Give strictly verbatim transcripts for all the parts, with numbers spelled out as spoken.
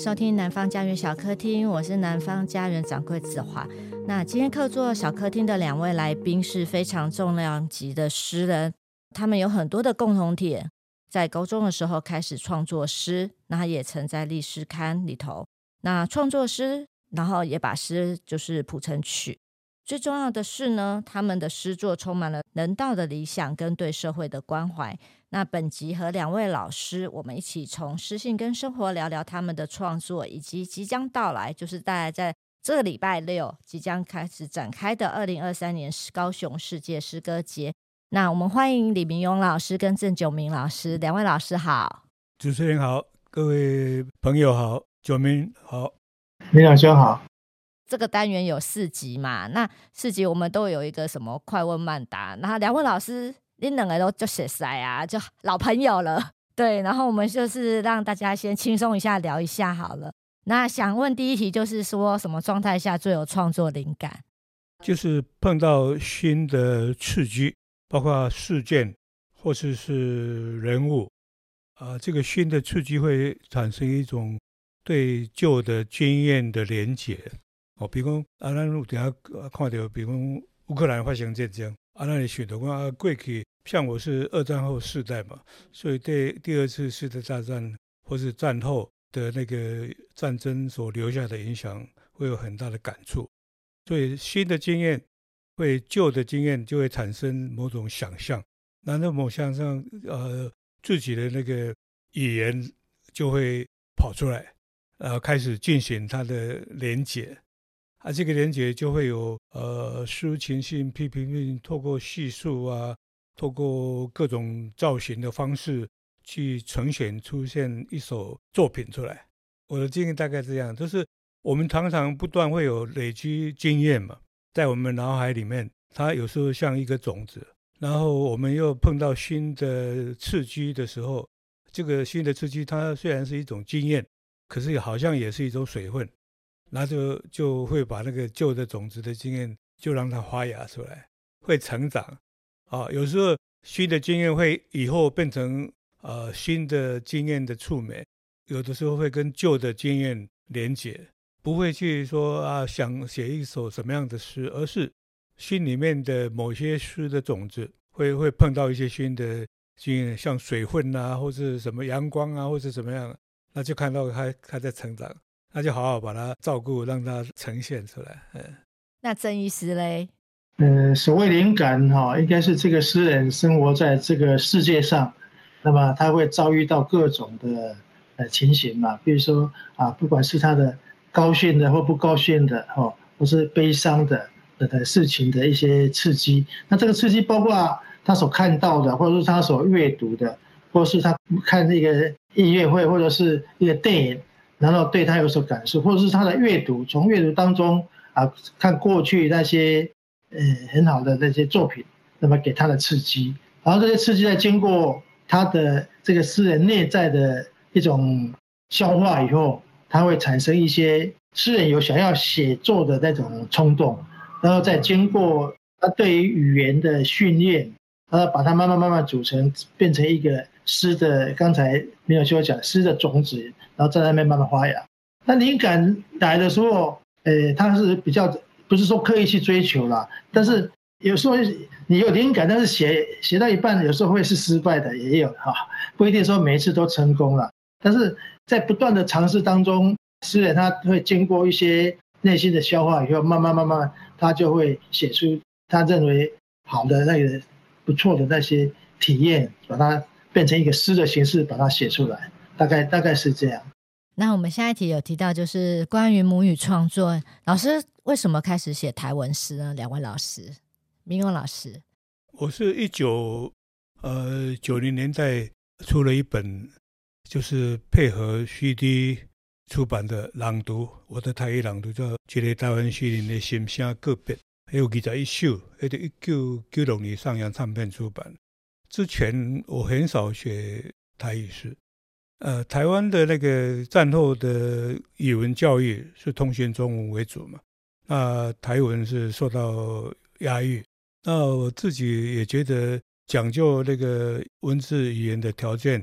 收听南方家园小客厅，我是南方家园掌柜子华。那今天客座小客厅的两位来宾是非常重量级的诗人，他们有很多的共同点，在高中的时候开始创作诗，那也曾在历诗刊里头那创作诗，然后也把诗就是谱成曲。最重要的是呢，他们的诗作充满了人道的理想跟对社会的关怀。那本集和两位老师，我们一起从诗性跟生活聊聊他们的创作，以及即将到来，就是大概在这个礼拜六即将开始展开的二零二三年高雄世界诗歌节。那我们欢迎李明勇老师跟郑九明老师，两位老师好。 主持人好，各位朋友好，九明好， 明老兄好。 这个单元有四集嘛，那四集我们都有一个什么快问慢答，然后两位老师你两个都就写塞啊，就老朋友了，对，然后我们就是让大家先轻松一下聊一下好了。那想问第一题就是说，什么状态下最有创作灵感？ 就是碰到新的刺激，包括事件或是是人物啊，这个新的刺激会产生一种对旧的经验的连结。哦，比如说啊，咱有等下看到，比如说乌克兰发生战争，啊，那你想到啊，过去像我是二战后世代嘛，所以对第二次世界大战或是战后的那个战争所留下的影响，会有很大的感触。所以新的经验会旧的经验就会产生某种想象，那那某想象呃自己的那个语言就会跑出来，呃，开始进行它的连结。啊，这个连结就会有呃抒情性、批评性，透过叙述啊，透过各种造型的方式去呈现出现一首作品出来。我的经验大概这样，就是我们常常不断会有累积经验嘛，在我们脑海里面，它有时候像一个种子，然后我们又碰到新的刺激的时候，这个新的刺激它虽然是一种经验，可是好像也是一种水分。那就就会把那个旧的种子的经验就让它发芽出来，会成长啊。有时候新的经验会以后变成呃新的经验的触媒，有的时候会跟旧的经验连结，不会去说啊想写一首什么样的诗，而是心里面的某些诗的种子会会碰到一些新的经验，像水分啊，或是什么阳光啊，或是怎么样，那就看到它它在成长。那就好好把它照顾，让它呈现出来。嗯， 那郑医师嘞？ 呃，所谓灵感哈、哦，应该是这个诗人生活在这个世界上，那么他会遭遇到各种的呃情形嘛，比如说啊，不管是他的高兴的或不高兴的哈、哦，或是悲伤的的事情的一些刺激。那这个刺激包括他所看到的，或者是他所阅读的，或是他看那个音乐会，或者是一个电影。然后对他有所感受，或者是他的阅读，从阅读当中啊看过去那些呃很好的那些作品，那么给他的刺激，然后这些刺激在经过他的这个诗人内在的一种消化以后，他会产生一些诗人有想要写作的那种冲动，然后再经过他对于语言的训练，然后把它慢慢慢慢组成，变成一个诗的，刚才明友兄讲诗的种子，然后在那边慢慢发芽。那灵感来的时候，呃，它是比较不是说刻意去追求啦，但是有时候你有灵感，但是写写到一半，有时候会是失败的，也有哈，不一定说每一次都成功了。但是在不断的尝试当中，诗人他会经过一些内心的消化以后，慢慢慢慢，他就会写出他认为好的那个不错的那些体验，把它变成一个诗的形式，把它写出来，大概大概是这样。 那我们下一题有提到，就是关于母语创作，老师为什么开始写台文诗呢？两位老师，明勇老师， 我是一九呃九零年代出了一本，就是配合 C D 出版的朗读，我的台语朗读叫《一个台湾诗人的心声个别》，还有二十一首，那是一九九六年上扬唱片出版。之前我很少写台语诗，呃，台湾的那个战后的语文教育是通行中文为主嘛，那台文是受到压抑。那我自己也觉得讲究那个文字语言的条件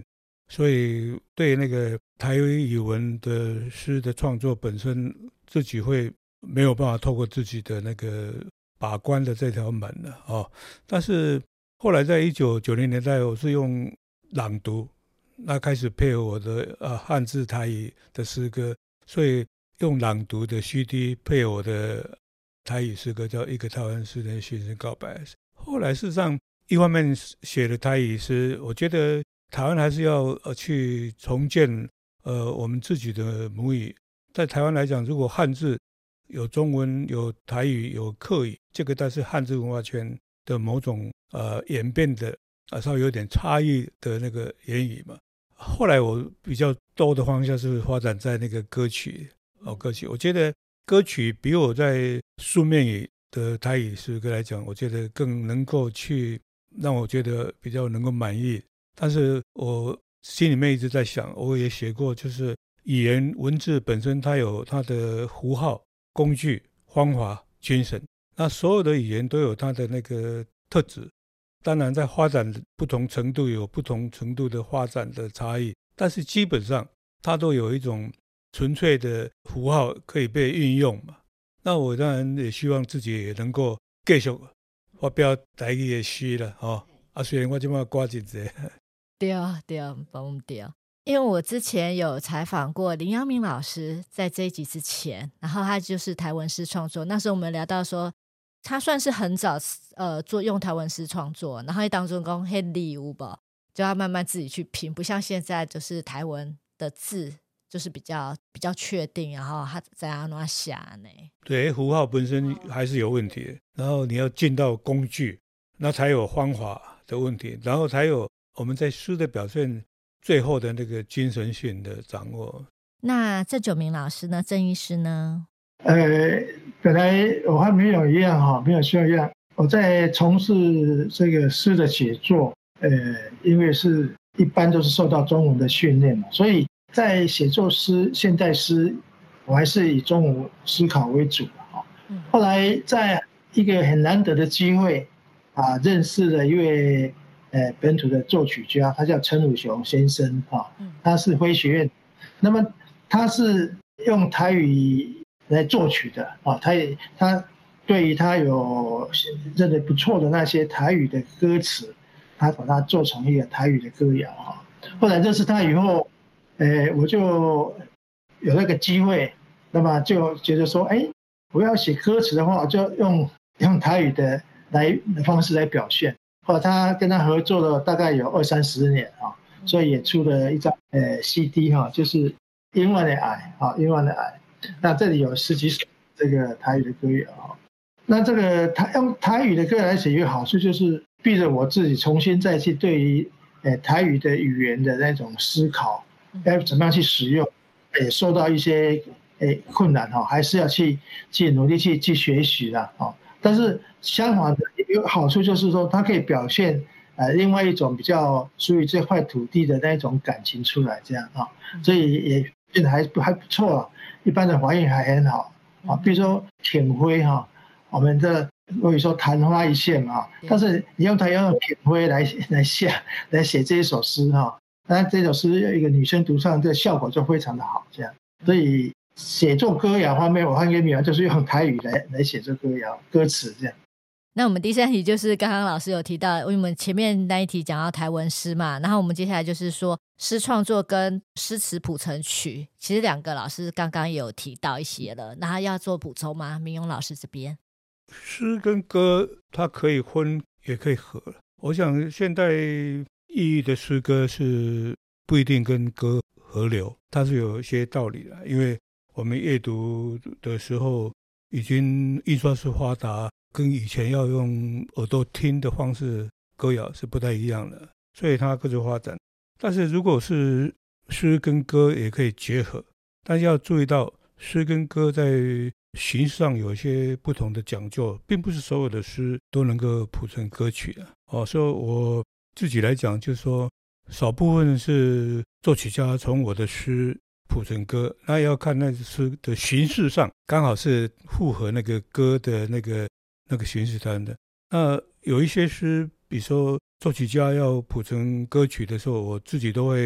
所以对那个台语文的诗的创作本身，自己会没有办法透过自己的那个把关的这条门了哦。但是后来在一九九零年代，我是用朗读，那开始配合我的呃汉字台语的诗歌，所以用朗读的 C D 配合我的台语诗歌，叫《一个台湾诗人心声告白》。后来事实上，一方面写的台语诗，我觉得台湾还是要呃去重建呃我们自己的母语。在台湾来讲，如果汉字有中文、有台语、有客语，这个但是汉字文化圈的某种呃演变的啊，稍微有点差异的那个言语嘛。后来我比较多的方向是发展在那个歌曲哦，歌曲。我觉得歌曲比我在书面语的台语诗歌来讲，我觉得更能够去让我觉得比较能够满意。但是我心里面一直在想，我也写过，就是语言文字本身它有它的符号、工具、方法、精神，那所有的语言都有它的那个特质。当然在发展不同程度有不同程度的发展的差异，但是基本上它都有一种纯粹的符号可以被运用嘛。那我当然也希望自己也能够继续发表台语的诗了哦。啊，虽然我现在歌很多。 对对，不对。因为我之前有采访过林阳明老师，在这一集之前，然后他就是台文诗创作，那时候我们聊到说他算是很早呃做用台文诗创作，然后当中讲很礼物吧，就要慢慢自己去拼，不像现在就是台文的字就是比较比较确定，然后他在那哪写呢？ 对，符号本身还是有问题的，然后你要进到工具，那才有方法的问题，然后才有我们在诗的表现最后的那个精神性的掌握。 那郑九明老师呢？郑医师呢？ 呃，本来我还没有一样哈，没有需要一样。我在从事这个诗的写作，呃，因为是一般都是受到中文的训练嘛，所以在写作诗、现代诗，我还是以中文思考为主哈。后来在一个很难得的机会啊，认识了一位呃本土的作曲家，他叫陈武雄先生哈，他是辉学院，那么他是用台语来作曲的啊，他也他对于他有认得不错的那些台语的歌词，他把它做成一个台语的歌谣啊。后来认识他以后，呃，我就有那个机会，那么就觉得说，哎，我要写歌词的话，我就用用台语的来的方式来表现。后来他跟他合作了大概有二三十年啊，所以也出了一张呃 C D 哈，就是英文的爱啊，英文的爱。那这里有十几首这个台语的歌谣啊。那这个台用台语的歌来写，一个好处就是逼着我自己重新再去对于呃台语的语言的那种思考，该怎么样去使用，也受到一些诶困难哈，还是要去去努力去去学习的啊。但是相反的有好处就是说，它可以表现呃另外一种比较属于这块土地的那种感情出来，这样啊，所以也变得还不还不错啊，一般的反应还很好啊。比如说挺灰哈，我们这我有说昙花一现嘛，但是你用它用挺灰来来写来写这一首诗哈，那这首诗一个女生读唱，这效果就非常的好，这样。所以写作歌谣方面，我和跟米兰就是用台语来来写作歌谣歌词这样。 那我们第三题就是刚刚老师有提到，因为我们前面那一题讲到台文诗嘛，然后我们接下来就是说诗创作跟诗词谱成曲，其实两个老师刚刚也有提到一些了，那他要做补充吗？明勇老师这边， 诗跟歌它可以分也可以合，我想现代意义的诗歌是不一定跟歌合流，它是有一些道理的，因为我们阅读的时候已经印刷术发达，跟以前要用耳朵听的方式歌谣是不太一样的，所以它各自发展。但是如果是诗跟歌也可以结合，但是要注意到诗跟歌在形式上有一些不同的讲究，并不是所有的诗都能够谱成歌曲的哦。所以我自己来讲，就是说少部分是作曲家从我的诗谱成歌，那要看那诗的形式上刚好是符合那个歌的那个那个形式上的。那有一些诗，比如说作曲家要谱成歌曲的时候，我自己都会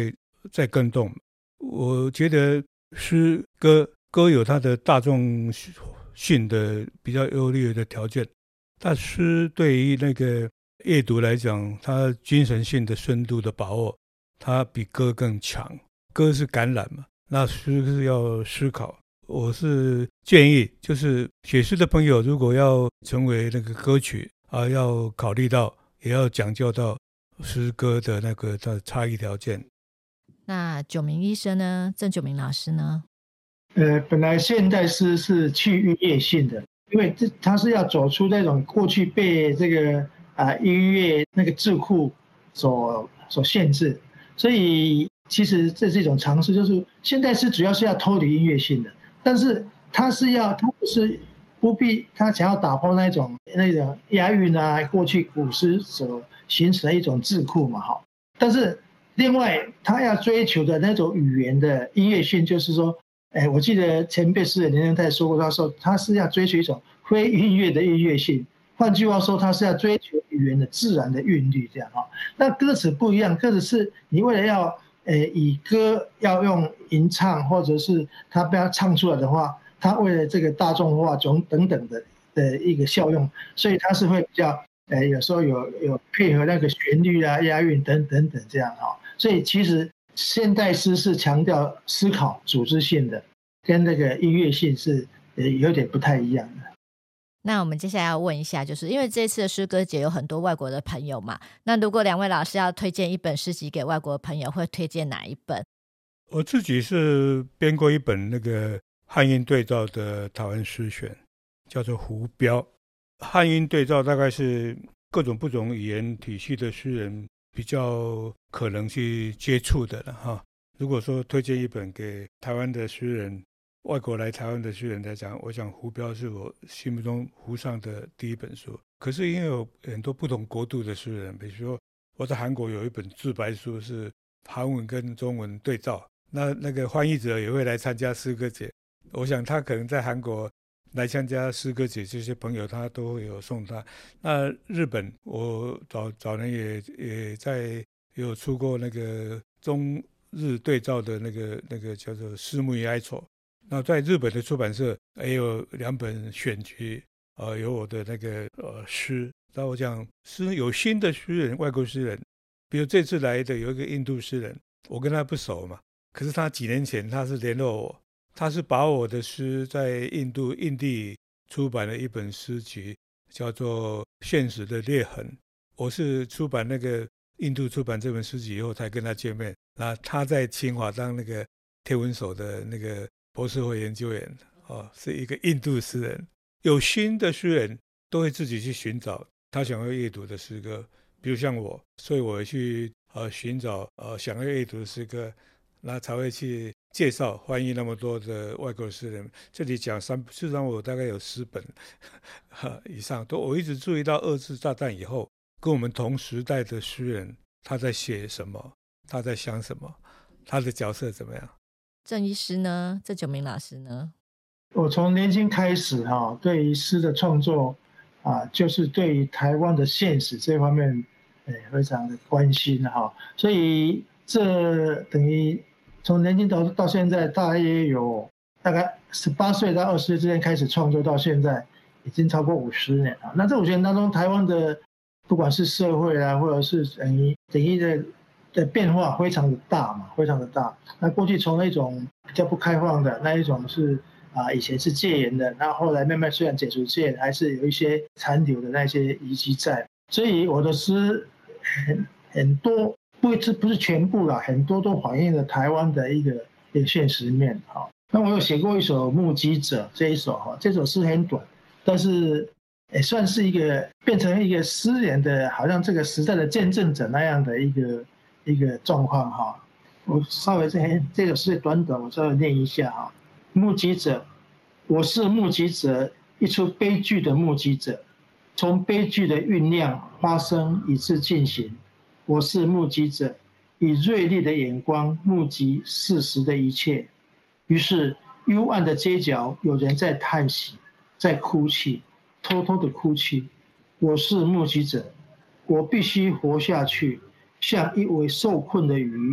在更动。我觉得诗歌歌有它的大众性的比较优劣的条件，但诗对于那个阅读来讲，它精神性的深度的把握，它比歌更强。歌是感染嘛，那诗是要思考。我是建议，就是写诗的朋友，如果要成为那个歌曲啊，要考虑到，也要讲究到诗歌的那个它的差异条件。 那九明医生呢？郑九明老师呢？ 呃，本来现代诗是去音乐性的，因为这它是要走出那种过去被这个啊、呃、音乐那个智库所所限制，所以其实这是一种尝试，就是现代诗主要是要脱离音乐性的，但是它是要它不是不必它想要打破那种那种押韵啊，过去古诗所形成的一种智库嘛，哈，但是。另外，他要追求的那种语言的音乐性，就是说，哎，我记得前辈诗人林正泰说过，他说他是要追求一种非音乐的音乐性。换句话说，他是要追求语言的自然的韵律，这样哈。那歌词不一样，歌词是你为了要，呃，以歌要用吟唱，或者是他不要唱出来的话，他为了这个大众化种等等的的一个效用，所以他是会比较，呃，有时候有有配合那个旋律啊、押韵等等等这样哈。所以其实现代诗是强调思考组织性的，跟那个音乐性是呃有点不太一样的。 那我们接下来要问一下，就是因为这次的诗歌节有很多外国的朋友嘛，那如果两位老师要推荐一本诗集给外国的朋友，会推荐哪一本？ 我自己是编过一本那个汉音对照的台湾诗选，叫做《湖标》。汉音对照大概是各种不同语言体系的诗人比较可能去接触的了哈。如果说推荐一本给台湾的诗人，外国来台湾的诗人来讲，我想《湖标》是我心目中湖上的第一本书。可是因为有很多不同国度的诗人，比如说我在韩国有一本自白书是韩文跟中文对照，那那个翻译者也会来参加诗歌节。我想他可能在韩国来参加诗歌节，这些朋友他都会有送他。那日本我早早年也也在有出过那个中日对照的那个那个叫做《诗木与哀愁》。那在日本的出版社也有两本选集，呃，有我的那个呃诗。那我讲诗有新的诗人，外国诗人，比如这次来的有一个印度诗人，我跟他不熟嘛，可是他几年前他是联络我。他是把我的诗在印度印地出版了一本诗集，叫做《现实的裂痕》。我是出版那个印度出版这本诗集以后才跟他见面。那他在清华当那个天文所的那个博士后研究员，哦，是一个印度诗人。有新的诗人都会自己去寻找他想要阅读的诗歌，比如像我，所以我去呃寻找呃想要阅读的诗歌，那才会去介绍翻译那么多的外国诗人。这里讲三，事实上我大概有十本以上，都我一直注意到二次大战以后跟我们同时代的诗人他在写什么，他在想什么，他的角色怎么样。 郑医师呢？郑九明老师呢？ 我从年轻开始哈、啊，对于诗的创作啊，就是对于台湾的现实这方面，哎，非常的关心哈、啊，所以这等于从年轻到到现在，大约有大概十八岁到二十岁之间开始创作，到现在已经超过五十年了。那这五十年当中，台湾的不管是社会啊，或者是等于等于的的变化非常的大嘛，非常的大。那过去从那种比较不开放的那一种是啊，以前是戒严的，那后来慢慢虽然解除戒严，还是有一些残留的那些遗迹在。所以我的诗很很多。不是不是全部啦，很多都反映了台湾的一个一个现实面哈。那我有写过一首《目击者》这一首哈，这首诗很短，但是也算是一个变成一个诗人的，好像这个时代的见证者那样的一个一个状况哈。我稍微这这首诗短短，我稍微念一下哈。目击者，我是目击者，一出悲剧的目击者，从悲剧的酝酿、发生以至进行。我是目击者，以锐利的眼光目击事实的一切。于是，幽暗的街角有人在叹息，在哭泣，偷偷的哭泣。我是目击者，我必须活下去，像一尾受困的鱼，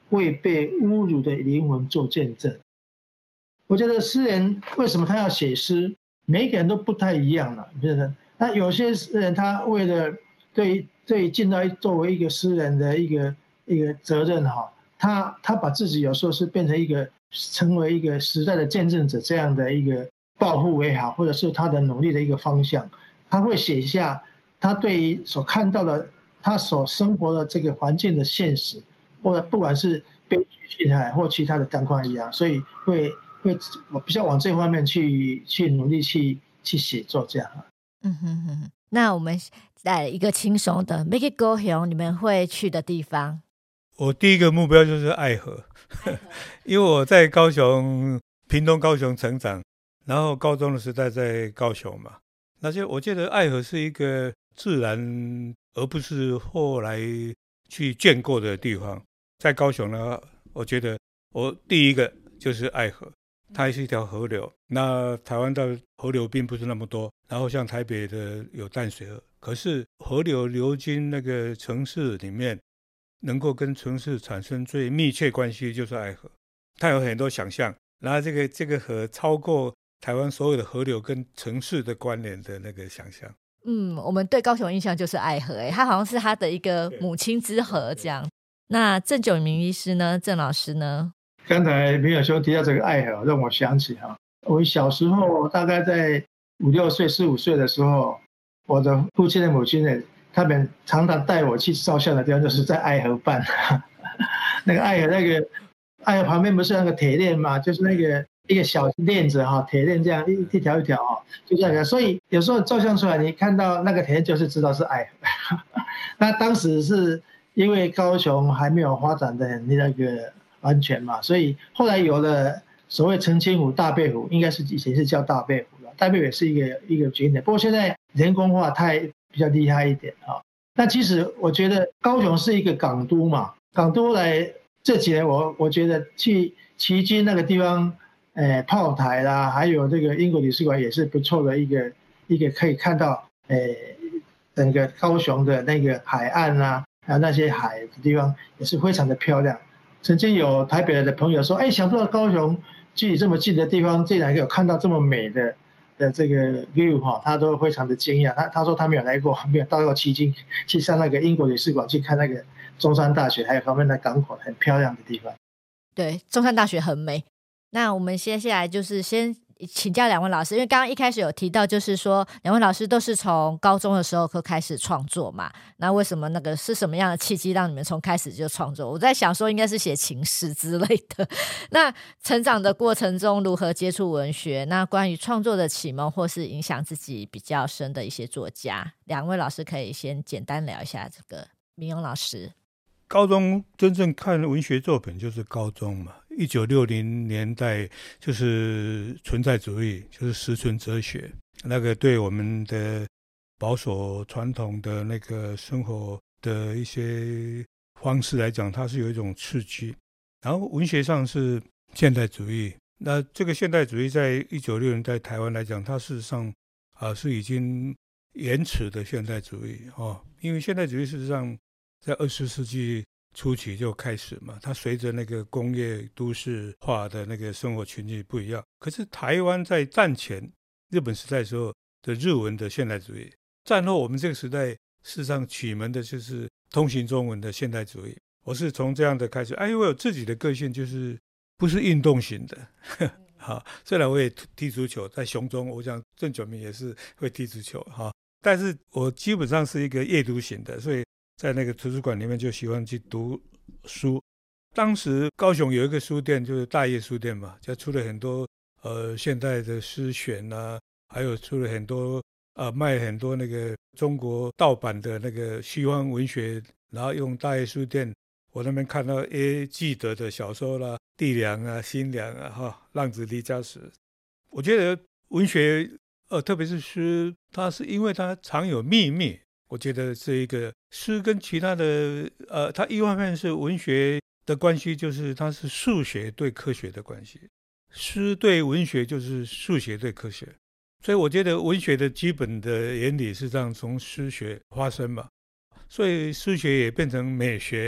为被侮辱的灵魂做见证。我觉得诗人为什么他要写诗，每个人都不太一样了，是不是？那有些诗人他为了对对尽到作为一个诗人的一个一个责任哈，他他把自己有时候是变成一个成为一个时代的见证者这样的一个抱负也好，或者是他的努力的一个方向，他会写下他对于所看到的他所生活的这个环境的现实，或者不管是悲剧性还或其他的状况一样，所以会会我比较往这方面去去努力去去写作这样。 嗯哼哼，那我们来一个轻松的 ，Make it go 雄，你们会去的地方。 我第一个目标就是爱河，因为我在高雄、屏东、高雄成长，然后高中的时代在高雄嘛，那就我觉得爱河是一个自然，而不是后来去见过的地方。在高雄呢，我觉得我第一个就是爱河。它是一条河流，那台湾的河流并不是那么多，然后像台北的有淡水河，可是河流流经那个城市里面，能够跟城市产生最密切关系就是爱河。它有很多想象，然后这个这个河超过台湾所有的河流跟城市的关联的那个想象。 嗯，我们对高雄印象就是爱河，哎，它好像是它的一个母亲之河这样。那郑炯明医师呢？郑老师呢？ 刚才明友兄提到这个爱河，让我想起哈，我小时候大概在五六岁、四五岁的时候，我的父亲的母亲呢，他们常常带我去照相的地方，就是在爱河畔。那个爱河，那个爱河旁边不是那个铁链嘛，就是那个一个小链子哈，铁链这样一一条一条哈，就这样。所以有时候照相出来，你看到那个铁链，就是知道是爱河。那当时是因为高雄还没有发展的那个完全嘛，所以后来有了所谓澄清湖、大背湖，应该是以前是叫大背湖了。大背湖也是一个一个景点，不过现在人工化太比较厉害一点啊。那其实我觉得高雄是一个港都嘛，港都来这几年我我觉得去旗津那个地方，呃，炮台啦，还有这个英国领事馆也是不错的一个一个可以看到，呃，整个高雄的那个海岸啊，还有那些海的地方也是非常的漂亮。曾经有台北的朋友说，哎，想不到高雄距离这么近的地方，竟然有看到这么美的的这个 view 哈，他都非常的惊讶。他他说他没有来过，没有到过旗津去上那个英国领事馆去看那个中山大学，还有旁边的港口，很漂亮的地方。 对，中山大学很美。那我们接下来就是先请教两位老师，因为刚刚一开始有提到，就是说两位老师都是从高中的时候就开始创作嘛，那为什么那个是什么样的契机让你们从开始就创作？我在想说应该是写情诗之类的。那成长的过程中如何接触文学？那关于创作的启蒙或是影响自己比较深的一些作家，两位老师可以先简单聊一下。这个明勇老师， 高中真正看文学作品就是高中嘛，一九六零年代就是存在主义，就是实存哲学，那个对我们的保守传统的那个生活的一些方式来讲，它是有一种刺激。然后文学上是现代主义，那这个现代主义在一九六零在台湾来讲，它事实上啊是已经延迟的现代主义哦，因为现代主义事实上在二十世纪初期就开始嘛，它随着那个工业都市化的那个生活群体不一样。可是台湾在战前日本时代的时候的日文的现代主义，战后我们这个时代事实上启蒙的就是通行中文的现代主义。我是从这样的开始，哎，我有自己的个性，就是不是运动型的。好，虽然我也踢足球，在雄中，我想郑炯明也是会踢足球哈，但是我基本上是一个阅读型的，所以在那个图书馆里面就喜欢去读书。当时高雄有一个书店，就是大业书店嘛，就出了很多呃现代的诗选啊，还有出了很多呃卖很多那个中国盗版的那个西方文学，然后用大业书店，我那边看到诶记得的小说啦，地良啊、新良啊、哈、浪子离家时，我觉得文学呃特别是诗，它是因为它藏有秘密。我觉得这一个诗跟其他的呃，它一方面是文学的关系，就是它是数学对科学的关系，诗对文学就是数学对科学，所以我觉得文学的基本的原理是这样从诗学发生嘛，所以诗学也变成美学，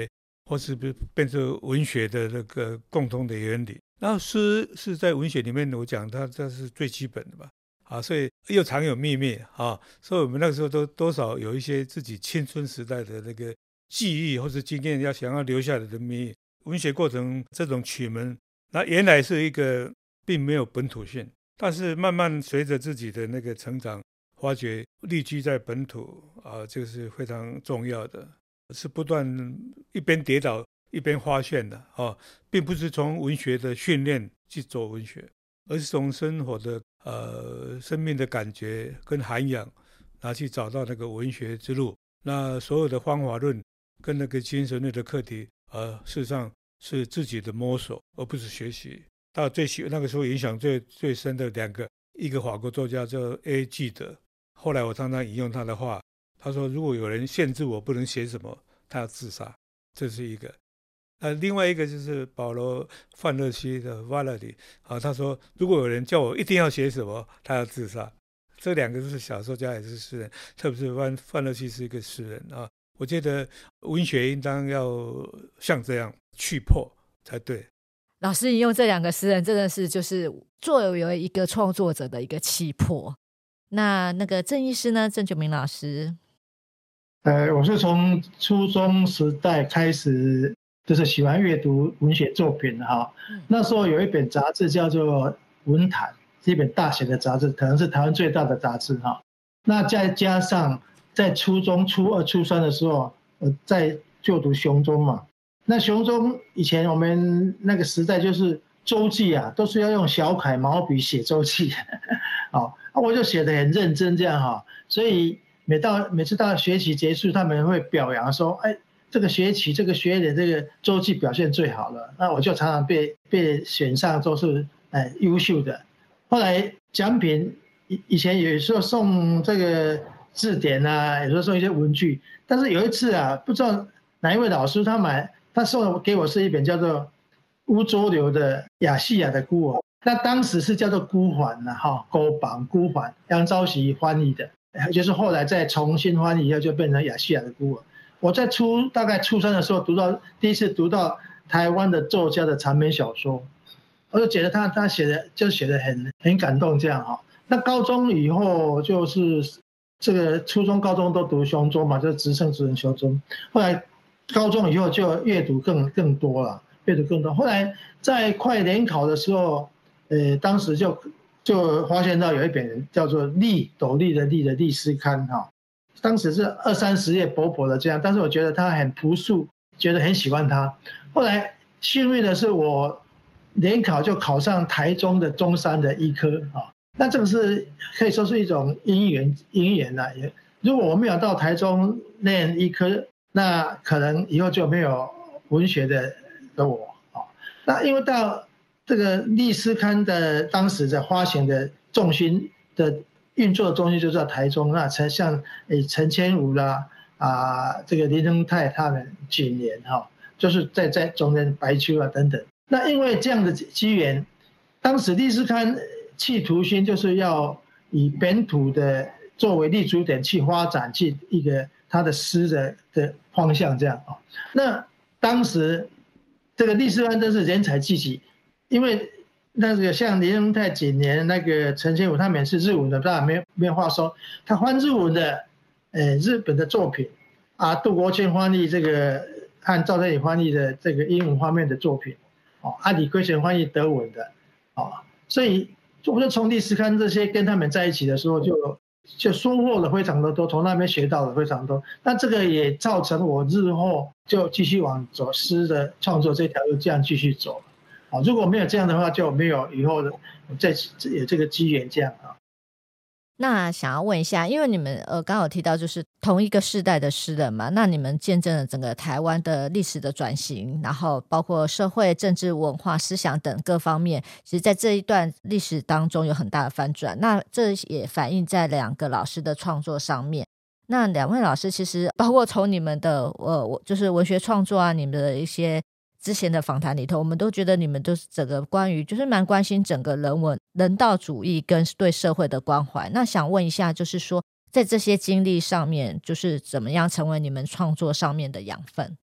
或是变成文学的那个共同的原理。然后诗是在文学里面，我讲它这是最基本的吧，啊，所以又常有秘密啊，所以我们那个时候都多少有一些自己青春时代的那个记忆或是经验，要想要留下来的秘密。文学过程这种曲门，那原来是一个并没有本土性，但是慢慢随着自己的那个成长，发觉立居在本土啊，这个是非常重要的，是不断一边跌倒一边发现的啊，并不是从文学的训练去做文学，而是从生活的呃生命的感觉跟涵养，拿去找到那个文学之路。那所有的方法论跟那个精神类的课题，呃，事实上是自己的摸索，而不是学习。到最那个时候影响最最深的两个，一个法国作家叫 A. 纪德，后来我常常引用他的话，他说如果有人限制我不能写什么，他要自杀，这是一个。呃，另外一个就是保罗·范勒西的 Valery， 啊，他说如果有人叫我一定要写什么，他要自杀。这两个都是小说家也是诗人，特别是范范勒西是一个诗人啊。我觉得文学应当要像这样去破才对。 老师引用这两个诗人真的是就是作为一个创作者的一个气魄。那那个郑医师呢，郑九明老师？ 呃，我是从初中时代开始就是喜欢阅读文学作品哈、嗯。那时候有一本杂志叫做《文坛》，是一本大型的杂志，可能是台湾最大的杂志哈。那再加上在初中、初二、初三的时候，呃，在就读雄中嘛。那雄中以前我们那个时代就是周记啊，都是要用小楷毛笔写周记，哦，我就写得很认真这样哈，所以每到每次到学期结束，他们会表扬说，哎，这个学期这个学年这个周记表现最好了，那我就常常被被选上都是哎优秀的。后来奖品以以前有时候送这个字典啊，有时候送一些文具，但是有一次啊，不知道哪一位老师他买。他送给我是一本叫做乌周流的亚细亚的孤儿，那当时是叫做孤缓呐，哈，孤榜孤缓，杨昭喜翻译的，就是后来再重新翻译以后就变成亚细亚的孤儿。我在初大概初三的时候读到第一次读到台湾的作家的长篇小说，我就觉得他他写的就写的很很感动这样哈。那高中以后就是这个初中高中都读雄中嘛，就是直升职人雄中，后来。高中以后就阅读更更多了，阅读更多。后来在快联考的时候，呃，当时就就发现到有一本叫做《历斗笠的历的历史刊》哈，当时是二三十页薄薄的这样，但是我觉得它很朴素，觉得很喜欢它。后来幸运的是我联考就考上台中的中山的医科啊，那这个是可以说是一种因缘因缘呐。也如果我没有到台中念医科。那可能以后就没有文学的的我啊。那因为到这个历史刊的当时的发行的重心的运作的中心就在台中，那陈像诶陈千武啦啊，这个林亨泰他们几年哈，就是在在中间白秋啊等等。那因为这样的机缘，当时历史刊企图心就是要以本土的作为立足点去发展去一个。他的诗的的方向这样啊，那当时这个历史刊真是人才济济，因为那个像林亨泰几年那个陈千武他们是日文的，当然没没话说，他翻日文的，呃日本的作品啊，杜国谦翻译这个和赵振宇翻译的这个英文方面的作品，哦，啊李圭贤翻译德文的，哦，所以我就从历史刊这些跟他们在一起的时候就。就收获了非常的多，从那边学到了非常多。那这个也造成我日后就继续往走诗的创作这条路这样继续走。啊，如果没有这样的话，就没有以后的再有这个机缘这样啊。 那想要问一下，因为你们呃刚刚有提到就是同一个世代的诗人嘛，那你们见证了整个台湾的历史的转型，然后包括社会、政治、文化、思想等各方面，其实在这一段历史当中有很大的翻转。那这也反映在两个老师的创作上面。那两位老师其实包括从你们的呃就是文学创作啊，你们的一些之前的访谈里头，我们都觉得你们都是整个关于就是蛮关心整个人文人道主义跟对社会的关怀。那想问一下，就是说在这些经历上面，就是怎么样成为你们创作上面的养分？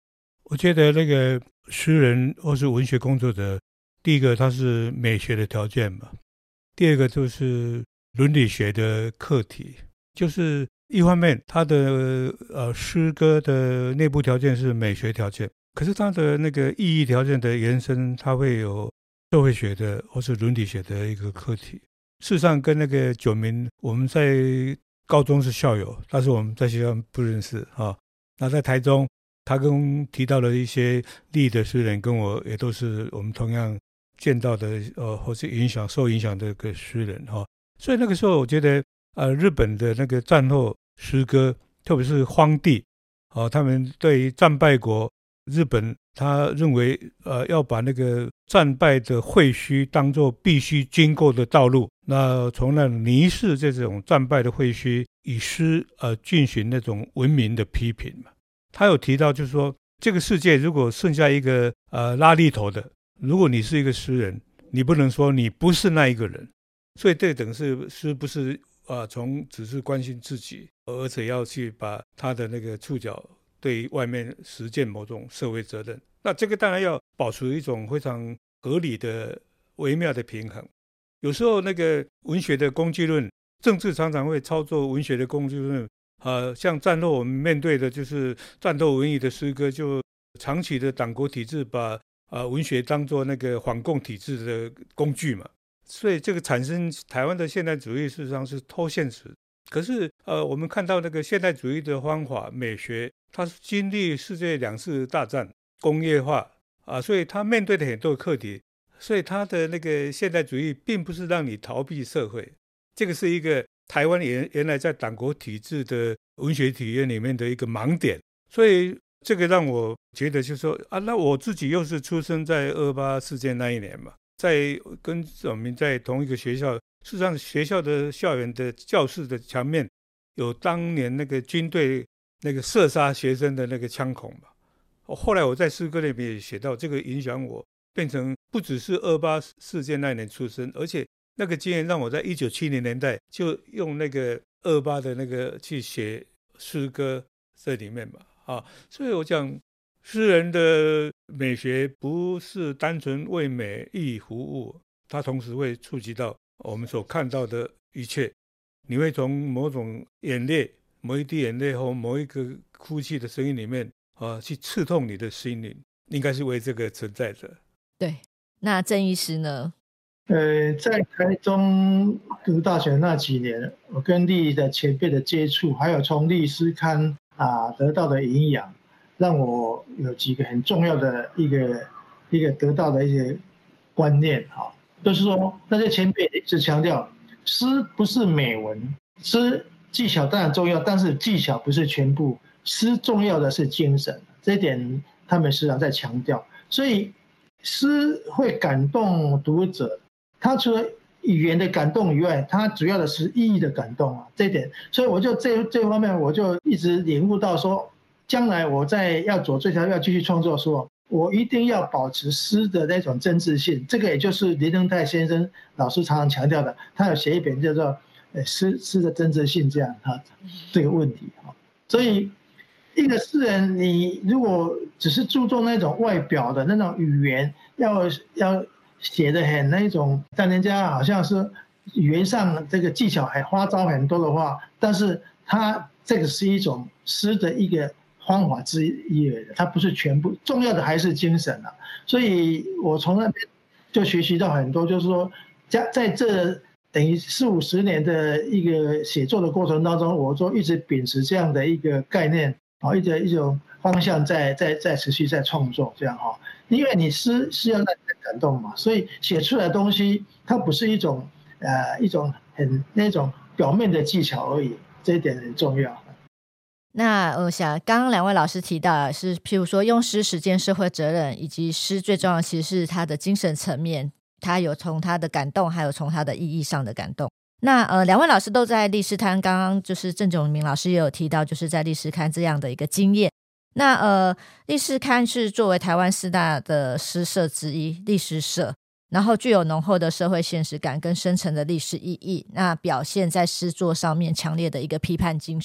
我觉得那个诗人或是文学工作者，第一个他是美学的条件嘛，第二个就是伦理学的课题，就是一方面他的呃诗歌的内部条件是美学条件，可是他的那个意义条件的延伸，他会有社会学的或是伦理学的一个课题。事实上跟那个九民我们在高中是校友，但是我们在学校不认识啊。那在台中他跟提到了一些立的诗人，跟我也都是我们同样见到的呃或是影响受影响的一个诗人哈。所以那个时候我觉得呃日本的那个战后诗歌，特别是荒地哦，他们对于战败国日本，他认为呃要把那个战败的废墟当作必须经过的道路，那从那凝视这种战败的废墟，以诗呃进行那种文明的批评嘛。他有提到就是说，这个世界如果剩下一个呃拉力头的，如果你是一个诗人，你不能说你不是那一个人。所以这等是诗不是呃从只是关心自己，而且要去把他的那个触角对外面实践某种社会责任。那这个当然要保持一种非常合理的微妙的平衡。有时候那个文学的工具论，政治常常会操作文学的工具论。呃，像战后我们面对的就是战斗文艺的诗歌，就长期的党国体制把呃文学当作那个反共体制的工具嘛。所以这个产生台湾的现代主义事实上是脱现实。可是呃，我们看到那个现代主义的方法美学，它是经历世界两次大战工业化啊，所以它面对的很多课题，所以它的那个现代主义并不是让你逃避社会，这个是一个台湾原原来在党国体制的文学体验里面的一个盲点。所以这个让我觉得就是说啊，那我自己又是出生在二八事件那一年嘛，在跟我们在同一个学校，事实上学校的校园的教室的墙面有当年那个军队那个射杀学生的那个枪孔嘛。后来我在诗歌里面也写到，这个影响我变成不只是二八事件那年出生，而且那个经验让我在一九七零年代就用那个二八的那个去写诗歌在里面嘛啊，所以我讲诗人的美学不是单纯为美意服务，它同时会触及到我们所看到的一切。你会从某种眼泪，某一滴眼泪或某一个哭泣的声音里面啊，去刺痛你的心灵，应该是为这个存在的。 对，那郑医师呢？ 呃，在台中读大学那几年，我跟历的前辈的接触，还有从历诗刊啊得到的营养，让我有几个很重要的一个一个得到的一些观念哈，就是说那些前辈一直强调，诗不是美文，诗技巧当然重要，但是技巧不是全部，诗重要的是精神，这一点他们时常在强调。所以诗会感动读者，它除了语言的感动以外，它主要的是意义的感动啊，这一点。所以我就这这方面，我就一直领悟到说，将来我在要走这条要继续创作的时候，我一定要保持诗的那种真挚性。这个也就是林登泰先生老师常常强调的，他有写一本叫做“诗诗的真挚性”这样哈这个问题哈。所以一个诗人，你如果只是注重那种外表的那种语言，要要写的很那种，让人家好像是语言上这个技巧还花招很多的话，但是他这个是一种诗的一个方法之一，它不是全部，重要的还是精神啊。所以我从那边就学习到很多，就是说在在这等于四五十年的一个写作的过程当中，我就一直秉持这样的一个概念啊，一个一种方向在在在持续在创作这样哈。因为你诗是要让人感动嘛，所以写出来的东西它不是一种呃一种很那种表面的技巧而已，这一点很重要。 那我想刚刚两位老师提到的是譬如说用诗实践社会责任，以及诗最重要的其实是它的精神层面，它有从它的感动，还有从它的意义上的感动。那呃，两位老师都在历诗刊，刚刚就是郑炯明老师也有提到，就是在历诗刊这样的一个经验。那呃，历诗刊是作为台湾四大的诗社之一，历诗社，然后具有浓厚的社会现实感跟深层的历史意义，那表现在诗作上面强烈的一个批判精神。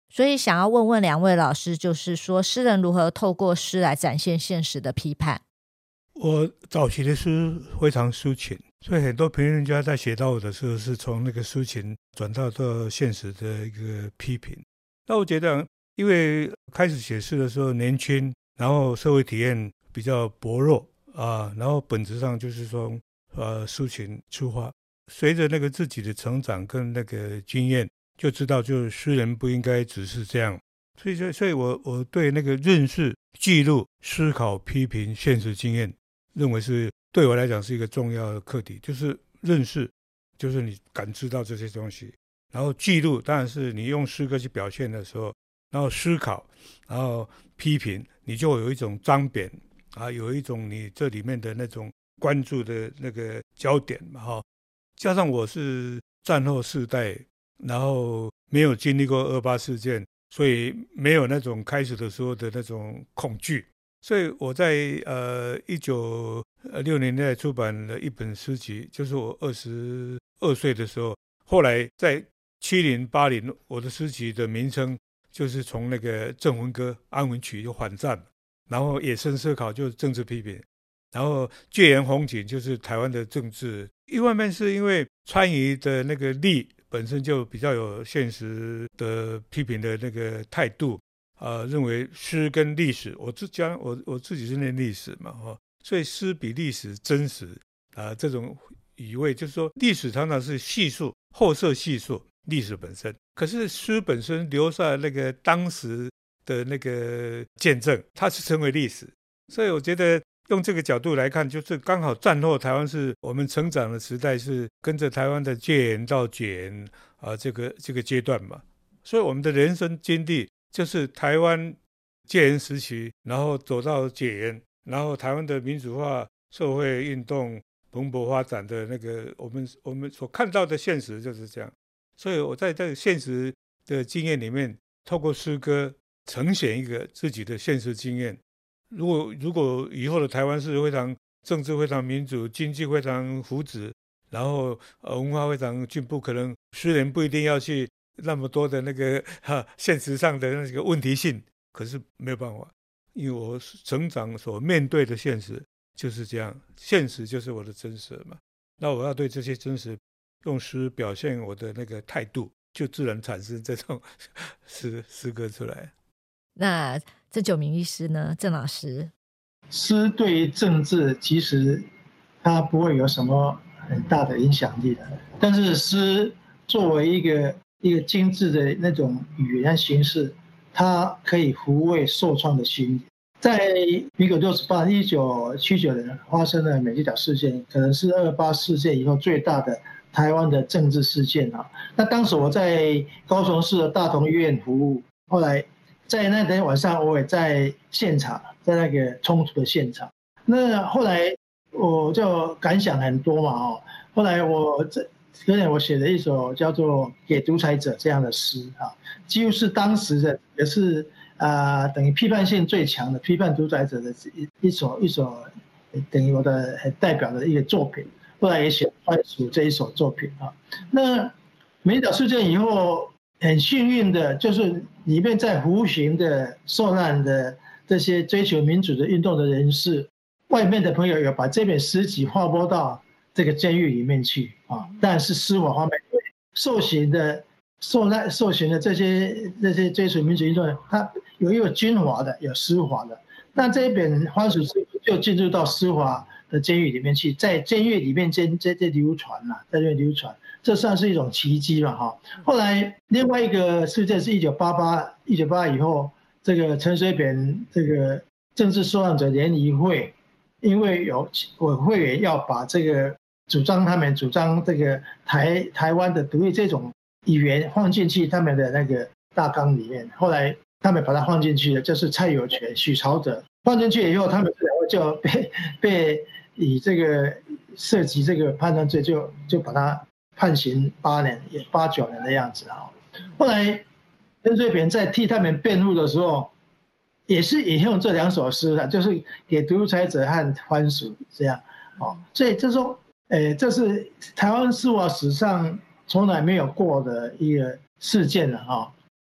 所以想要问问两位老师，就是说诗人如何透过诗来展现现实的批判？ 我早期的诗非常抒情，所以很多评论家在写到我的时候是从那个抒情转到到现实的一个批评。那我觉得因为开始写诗的时候年轻，然后社会体验比较薄弱啊，然后本质上就是从呃抒情出发，随着那个自己的成长跟那个经验，就知道就是诗人不应该只是这样。所以所以我我对那个认识、记录、思考、批评现实经验，认为是对我来讲是一个重要的课题。就是认识，就是你感知到这些东西，然后记录，当然是你用诗歌去表现的时候，然后思考，然后批评，你就有一种张扁啊，有一种你这里面的那种关注的那个焦点嘛哈。加上我是战后世代，然后没有经历过二八事件，所以没有那种开始的时候的那种恐惧，所以我在呃一九六零年代出版了一本诗集，就是我二十二岁的时候，后来在七零八零，我的诗集的名称就是从那个镇魂歌、安魂曲就反战，然后野生思考就是政治批评，然后戒严红警就是台湾的政治。一方面是因为川渝的那个力本身就比较有现实的批评的那个态度，呃，认为诗跟历史，我自将我我自己是念历史嘛，哈、哦，所以诗比历史真实啊、呃，这种语味就是说，历史常常是叙述后设叙述历史本身，可是诗本身留下那个当时的那个见证，它是成为历史，所以我觉得。用这个角度来看，就是刚好战后台湾是我们成长的时代，是跟着台湾的戒严到解严啊、这个这个阶段嘛，所以我们的人生经历就是台湾戒严时期，然后走到解严，然后台湾的民主化社会运动蓬勃发展的那个我们我们所看到的现实就是这样。所以我在这个现实的经验里面，透过诗歌呈现一个自己的现实经验。如果如果以后的台湾是非常政治非常民主，经济非常福祉，然后呃文化非常进步，可能诗人不一定要去那么多的那个哈现实上的那个问题性，可是没有办法，因为我成长所面对的现实就是这样，现实就是我的真实嘛。那我要对这些真实用诗表现我的那个态度，就自然产生这种诗诗歌出来。 那郑九明医师呢？郑老师， 诗对于政治其实它不会有什么很大的影响力的，但是诗作为一个一个精致的那种语言形式，它可以抚慰受创的心。在民国六十八一九七九年发生的美丽岛事件，可能是二八事件以后最大的台湾的政治事件啊。那当时我在高雄市的大同医院服务，后来。在那天晚上，我也在现场，在那个冲突的现场。那后来我就感想很多嘛，哦，后来我这有点我写了一首叫做《给独裁者》这样的诗啊，几乎是当时的也是啊、呃，等于批判性最强的批判独裁者的一一首一首，等于我的很代表的一个作品。后来也写专属这一首作品啊。那美丽岛事件以后。很幸运的，就是里面在服刑的受难的这些追求民主的运动的人士，外面的朋友有把这本诗集划拨到这个监狱里面去啊。但是司法方面受刑的、受难、受刑的这些这些追求民主运动人，他有一个军法的，有司法的。那这一本《番薯诗》就进入到司法的监狱里面去，在监狱里面间在这流传了，在这流传。这算是一种奇迹了哈。后来另外一个事件是一九八八，一九八以后，这个陈水扁这个政治受难者联谊会，因为有我会员要把这个主张他们主张这个台台湾的独立这种语言放进去他们的那个大纲里面，后来他们把它放进去了，就是蔡有权、许朝德放进去以后，他们这两位就被被以这个涉及这个叛乱罪就就把它。判刑八年，也八九年的样子啊。后来陈水扁在替他们辩护的时候，也是引用这两首诗的，就是给独裁者和番薯这样哦。所以这说，诶，这是台湾司法史上从来没有过的一个事件了啊。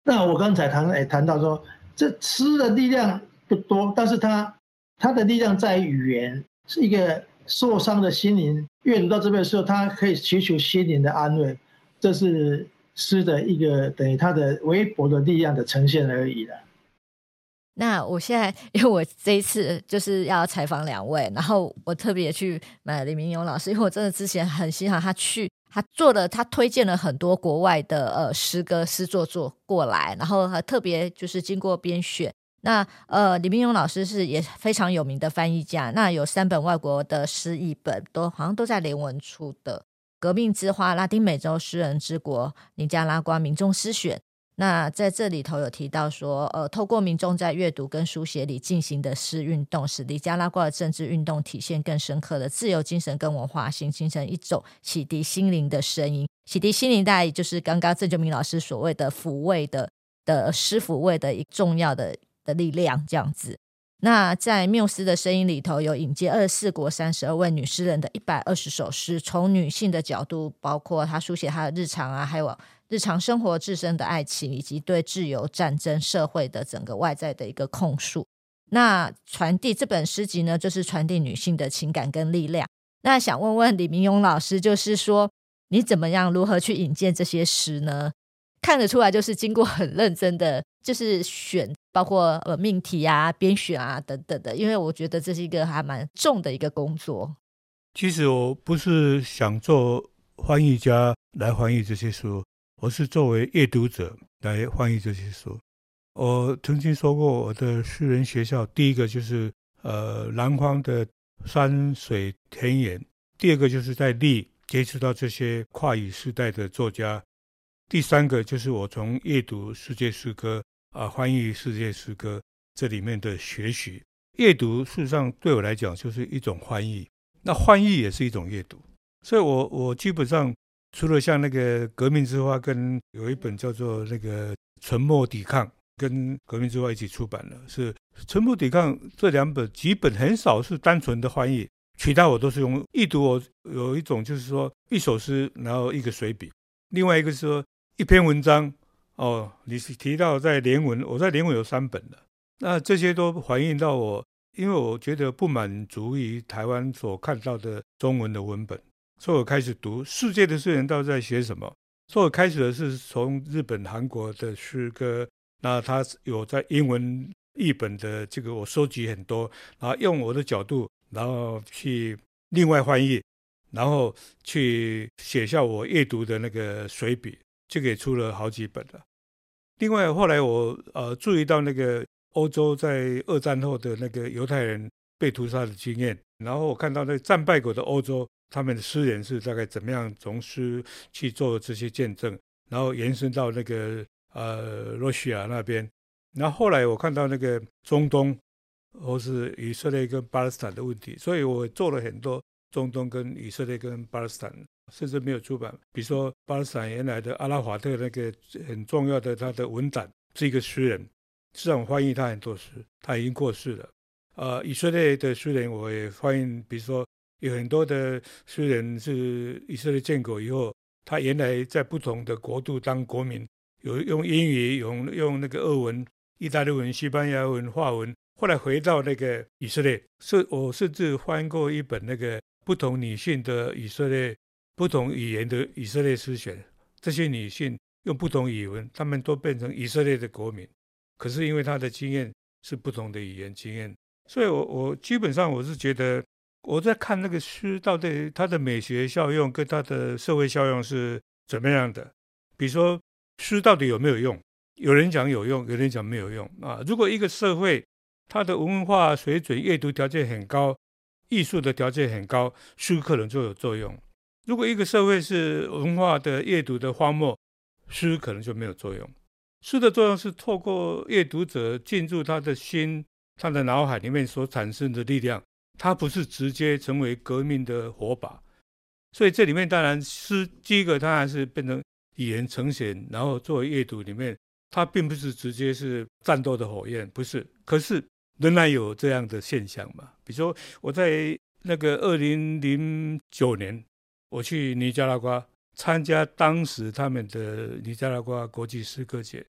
那我刚才谈也谈到说，这诗的力量不多，但是它它的力量在于语言，是一个受伤的心灵阅读到这边的时候，它可以寻求心灵的安慰，这是诗的一个等于它的微薄的力量的呈现而已了。 那我现在因为我这一次就是要采访两位，然后我特别去买了李明勇老师，因为我真的之前很欣赏他去他做了他推荐了很多国外的呃诗歌诗作做过来，然后还特别就是经过编选。那呃李明勇老师是也非常有名的翻译家，那有三本外国的诗译本都好像都在联文出的，革命之花、拉丁美洲诗人之国、尼加拉瓜民众诗选。那在这里头有提到说，呃，透过民众在阅读跟书写里进行的诗运动，使尼加拉瓜的政治运动体现更深刻的自由精神跟文化性，形成一种启迪心灵的声音。启迪心灵大概就是刚刚郑救民老师所谓的抚慰的的诗抚慰的一重要的的力量这样子。那在缪斯的声音里头有引介二十四国三十二位女诗人的一百二十首诗，从女性的角度，包括她书写她的日常啊，还有日常生活自身的爱情，以及对自由、战争、社会的整个外在的一个控诉。那传递这本诗集呢，就是传递女性的情感跟力量。那想问问李明勇老师，就是说你怎么样如何去引荐这些诗呢？看得出来就是经过很认真的就是选，包括呃命题啊、编选啊等等的，因为我觉得这是一个还蛮重的一个工作。 其实我不是想做翻译家来翻译这些书，我是作为阅读者来翻译这些书。我曾经说过，我的诗人学校，第一个就是呃南方的山水田园，第二个就是在历接触到这些跨语时代的作家，第三个就是我从阅读世界诗歌啊、呃、翻译世界诗歌这里面的学习。阅读事实上对我来讲就是一种翻译，那翻译也是一种阅读，所以我我基本上除了像那个革命之花跟有一本叫做那个沉默抵抗跟革命之花一起出版了，是沉默抵抗这两本几本很少是单纯的翻译，其他我都是用译读。我有一种就是说一首诗然后一个随笔，另外一个是说一篇文章哦，你是提到在联文，我在联文有三本了，那这些都反映到我，因为我觉得不满足于台湾所看到的中文的文本，所以我开始读世界的诗人到底在写什么。所以我开始的是从日本、韩国的诗歌，那他有在英文译本的这个我收集很多，然后用我的角度，然后去另外翻译，然后去写下我阅读的那个随笔，这个也出了好几本了。另外后来我呃注意到那个欧洲在二战后的那个犹太人被屠杀的经验，然后我看到那战败国的欧洲，他们的诗人是大概怎么样从诗去做这些见证，然后延伸到那个呃罗西亚那边。然后后来我看到那个中东或是以色列跟巴勒斯坦的问题，所以我做了很多中东跟以色列跟巴勒斯坦，甚至没有出版。比如说巴勒斯坦原来的阿拉法特那个很重要的他的文胆是一个诗人，事实上我翻译他很多诗，他已经过世了。呃，以色列的诗人我也翻译，比如说有很多的诗人是以色列建国以后，他原来在不同的国度当国民，有用英语，用用那个俄文、意大利文、西班牙文、法文，后来回到那个以色列。是我甚至翻过一本那个不同女性的以色列、不同语言的以色列诗选，这些女性用不同语文，她们都变成以色列的国民，可是因为她的经验是不同的语言经验，所以我我基本上我是觉得我在看那个诗到底它的美学效用跟它的社会效用是怎么样的。比如说诗到底有没有用，有人讲有用，有人讲没有用啊。如果一个社会它的文化水准、阅读条件很高，艺术的条件很高，诗可能就有作用。如果一个社会是文化的阅读的荒漠，诗可能就没有作用。诗的作用是透过阅读者进入他的心、他的脑海里面所产生的力量，它不是直接成为革命的火把。所以这里面当然诗第一个当然是变成语言呈现，然后作为阅读里面，它并不是直接是战斗的火焰，不是。可是仍然有这样的现象嘛。比如说我在那个二零零九年我去尼加拉瓜参加当时他们的尼加拉瓜国际诗歌节，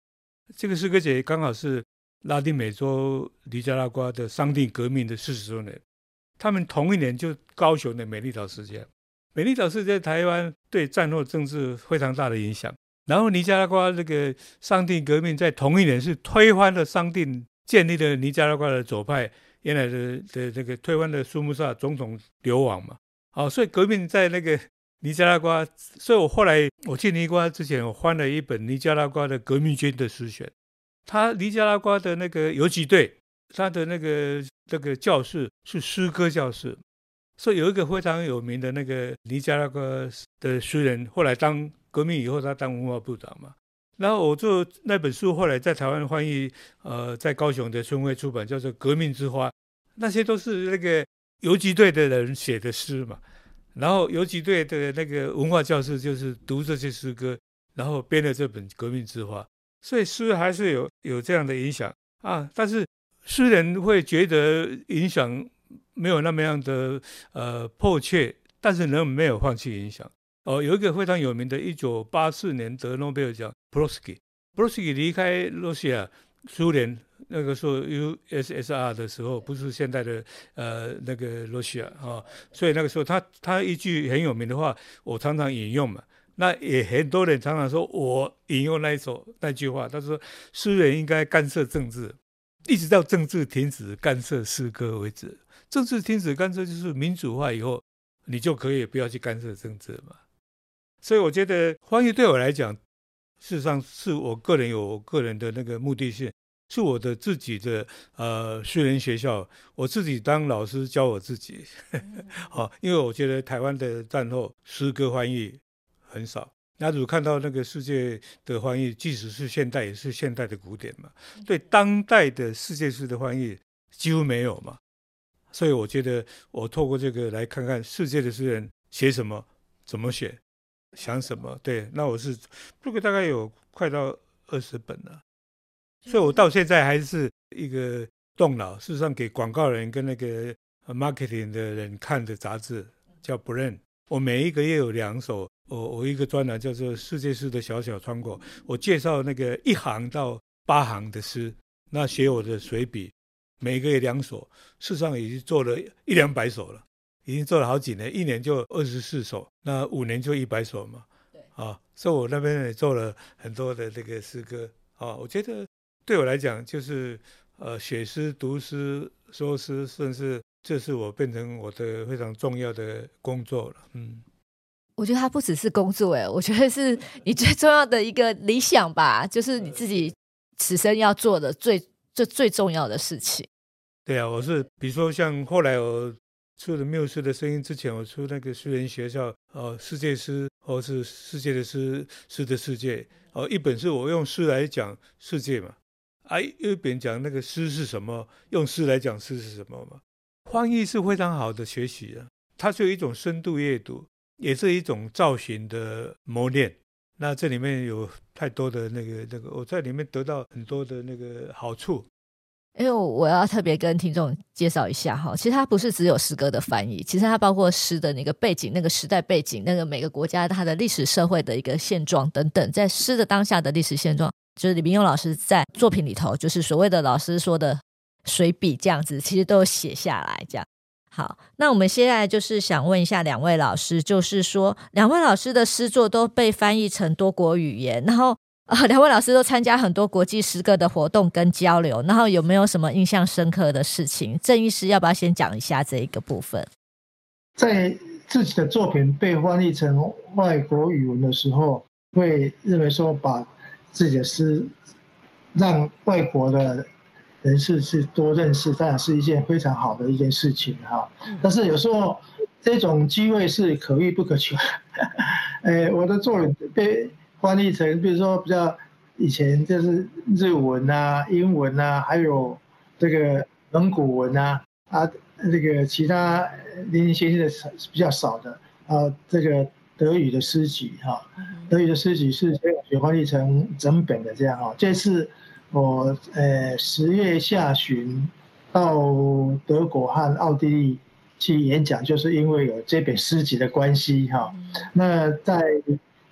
这个诗歌节刚好是拉丁美洲尼加拉瓜的桑蒂革命的四十周年，他们同一年就高雄的美丽岛事件。美丽岛事件台湾对战后政治非常大的影响，然后尼加拉瓜这个桑蒂革命在同一年是推翻了桑蒂建立了尼加拉瓜的左派，原来的的这个推翻了苏穆萨总统流亡嘛。好，所以革命在那个尼加拉瓜，所以我后来我去尼加拉瓜之前，我翻了一本尼加拉瓜的革命军的诗选。他尼加拉瓜的那个游击队，他的那个那个教室是诗歌教室，所以有一个非常有名的那个尼加拉瓜的诗人，后来当革命以后，他当文化部长嘛。然后我做那本书，后来在台湾翻译，呃，在高雄的春晖出版，叫做《革命之花》，那些都是那个游击队的人写的诗嘛。然后游击队的那个文化教室就是读这些诗歌，然后编了这本《革命之花》。所以诗还是有有这样的影响啊，但是诗人会觉得影响没有那么样的呃迫切，但是人没有放弃影响。哦，有一个非常有名的一九八四年得诺贝尔奖 Brodsky Brodsky 离开罗西亚苏联那个时候 U S S R 的时候，不是现在的呃那个罗西亚啊，所以那个时候他他一句很有名的话，我常常引用嘛。那也很多人常常说我引用那一首那句话，他说诗人应该干涉政治，一直到政治停止干涉诗歌为止。政治停止干涉就是民主化以后，你就可以不要去干涉政治嘛。所以我觉得翻译对我来讲，事实上是我个人有我个人的那个目的性，是我的自己的呃诗人学校，我自己当老师教我自己。好，因为我觉得台湾的战后诗歌翻译很少，那如果看到那个世界的翻译，即使是现代也是现代的古典嘛，对当代的世界诗的翻译几乎没有嘛。所以我觉得我透过这个来看看世界的诗人写什么，怎么写，想什么。对，那我是这个大概有快到二十本了，所以我到现在还是一个动脑，事实上给广告人跟那个 marketing 的人看的杂志叫 Brand， 我每一个月有两首，我我一个专栏叫做世界诗的小小窗口，我介绍那个一行到八行的诗，那写我的随笔，每个月两首，事实上已经做了一两百首了，已经做了好几年，一年就二十四首，那五年就一百首嘛。对啊，所以我那边也做了很多的这个诗歌啊。我觉得对我来讲，就是呃写诗、读诗、说诗，甚至这是我变成我的非常重要的工作了。嗯。 我觉得它不只是工作，哎，我觉得是你最重要的一个理想吧，就是你自己此生要做的最最最重要的事情。 对啊，我是比如说像后来我出了缪斯的声音之前，我出那个诗人学校，呃，世界诗或是世界的诗，诗的世界，哦、呃，一本是我用诗来讲世界嘛，啊，一本讲那个诗是什么，用诗来讲诗是什么嘛。翻译是非常好的学习啊，它是有一种深度阅读，也是一种造型的磨练。那这里面有太多的那个那个，我在里面得到很多的那个好处。 因为我要特别跟听众介绍一下哈，其实它不是只有诗歌的翻译，其实它包括诗的那个背景、那个时代背景、那个每个国家它的历史社会的一个现状等等，在诗的当下的历史现状，就是李炳佑老师在作品里头，就是所谓的老师说的随笔这样子，其实都有写下来这样。好，那我们现在就是想问一下两位老师，就是说两位老师的诗作都被翻译成多国语言，然后呃，两位老师都参加很多国际诗歌的活动跟交流，然后有没有什么印象深刻的事情？郑医师要不要先讲一下这一个部分？ 在自己的作品被翻译成外国语文的时候，会认为说把自己的诗让外国的人士是多认识，当然是一件非常好的一件事情哈。但是有时候这种机会是可遇不可求。呃，我的作品被翻译成，比如说比较以前就是日文啊、英文啊，还有这个蒙古文啊，啊，这个其他零零星星的比较少的啊，这个德语的诗集哈，德语的诗集是有翻译成整本的这样哈。这次我呃十月下旬到德国和奥地利去演讲，就是因为有这本诗集的关系哈。那在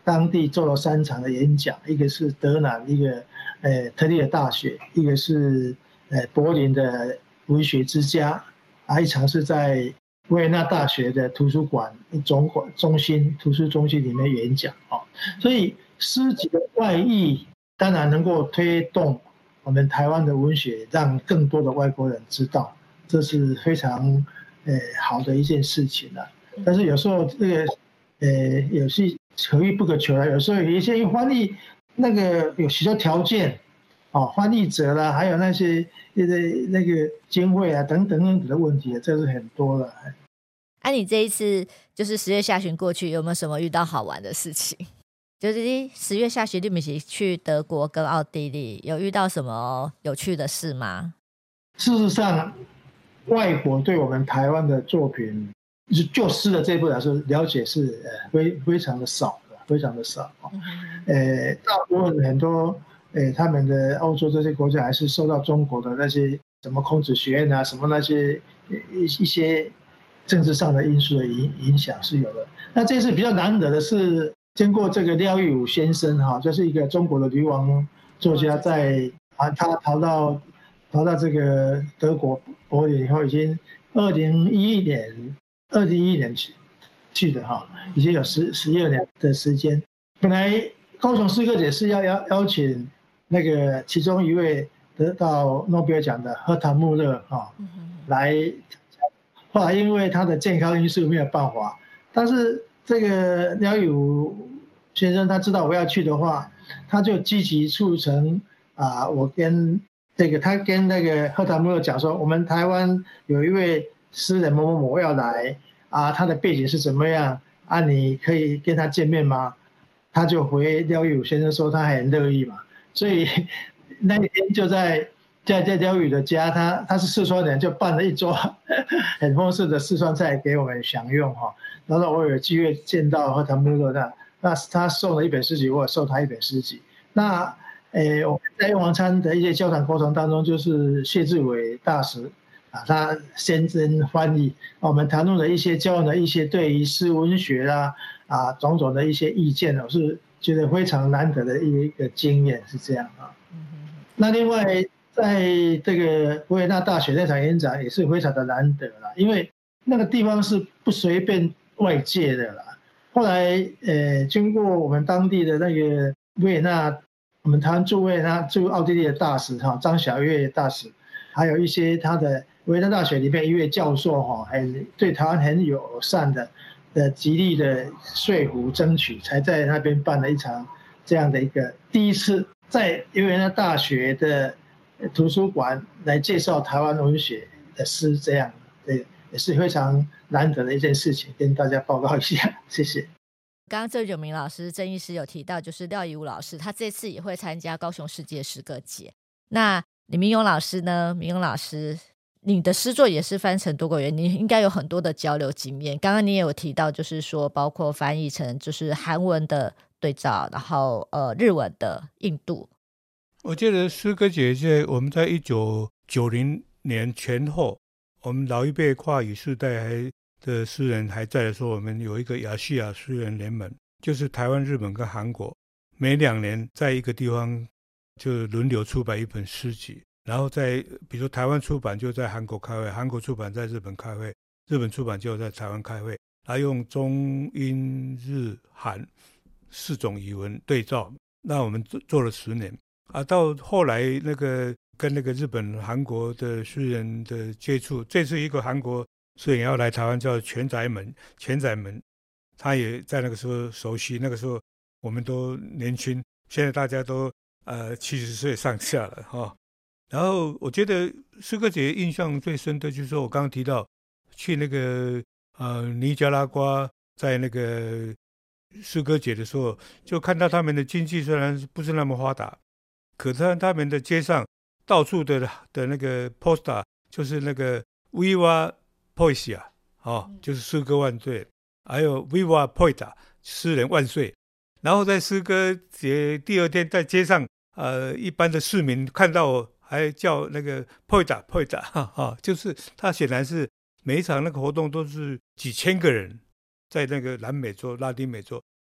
当地做了三场的演讲，一个是德南，一个呃特利尔大学，一个是呃柏林的文学之家，啊，一场是在维也纳大学的图书馆总馆中心图书中心里面演讲哦，所以诗集的外译当然能够推动我们台湾的文学，让更多的外国人知道，这是非常呃好的一件事情了。但是有时候这个呃有些可遇不可求了，有时候有一些翻译那个有许多条件。哦，翻译者啦，还有那些那个那个经费啊，等等等等的问题，这是很多了。 啊，你这一次就是十月下旬过去，有没有什么遇到好玩的事情？就是十月下旬，你们一起去德国跟奥地利，有遇到什么有趣的事吗？ 事实上，外国对我们台湾的作品，就诗的这一部来说，了解是呃非非常的少的，非常的少。嗯、呃，大部分很多。诶，他们的欧洲这些国家还是受到中国的那些什么孔子学院啊，什么那些一一些政治上的因素的影影响是有的。那这次比较难得的是，经过这个廖玉武先生哈，就是一个中国的流亡作家在，在啊他逃到逃到这个德国柏林以后，已经二零一一年二零一一年去去的哈，已经有十十二年的时间。本来高雄诗歌节是要邀邀请。那个其中一位得到诺贝尔奖的赫塔穆勒啊，来，后来因为他的健康因素没有办法，但是这个廖玉武先生他知道我要去的话，他就积极促成啊，我跟这个他跟那个赫塔穆勒讲说，我们台湾有一位诗人某某某要来啊，他的背景是怎么样啊？你可以跟他见面吗？他就回廖玉武先生说他很乐意嘛。所以那一天就在在在廖宇的家，他他是四川人，就办了一桌很丰盛的四川菜给我们享用哈。然后我有机会见到和他穆勒那，那他送了一本诗集，我也送他一本诗集。那诶，我们在用完餐的一些交谈过程当中，就是谢志伟大使啊，他先生翻译，我们谈论了一些交流的一些对于诗文学啦啊种种的一些意见，我是。觉得非常难得的一个经验是这样啊。那另外，在这个维也纳大学那场演讲也是非常的难得啦，因为那个地方是不随便外界的啦。后来，呃，经过我们当地的那个维也纳，我们台湾驻维也纳驻奥地利的大使哈张小月大使，还有一些他的维也纳大学里面一位教授哈，很对台湾很友善的。的极力的说服争取，才在那边办了一场这样的一个第一次在维也纳大学的图书馆来介绍台湾文学的诗，这样对也是非常难得的一件事情，跟大家报告一下，谢谢。 刚刚郑永明老师、郑医师有提到，就是廖以武老师，他这次也会参加高雄世界诗歌节。那李明勇老师呢？明勇老师。你的诗作也是翻成多国语言，你应该有很多的交流经验。刚刚你也有提到，就是说包括翻译成就是韩文的对照，然后呃日文的印度。 我记得诗歌节在我们在一九九零年前后，我们老一辈跨语世代还的诗人还在的时候，我们有一个亚细亚诗人联盟，就是台湾、日本跟韩国，每两年在一个地方就轮流出版一本诗集。然后在比如说台湾出版就在韩国开会，韩国出版在日本开会，日本出版就在台湾开会，他用中英日韩四种语文对照，那我们做了十年啊。到后来那个跟那个日本韩国的诗人的接触，这次一个韩国诗人要来台湾叫全宰门全宰门，他也在那个时候熟悉，那个时候我们都年轻，现在大家都呃七十岁上下了哈、哦。然后我觉得诗歌节印象最深的就是说，我刚刚提到去那个呃尼加拉瓜，在那个诗歌节的时候，就看到他们的经济虽然不是那么发达，可是他们的街上到处的的那个 poster 就是那个 Viva Poesia 哦，就是诗歌万岁，还有 Viva Poeta 诗人万岁。然后在诗歌节第二天在街上，呃，一般的市民看到还叫那个 poeta poeta 哈哈，就是他显然是每一场那个活动都是几千个人，在那个南美洲、拉丁美洲，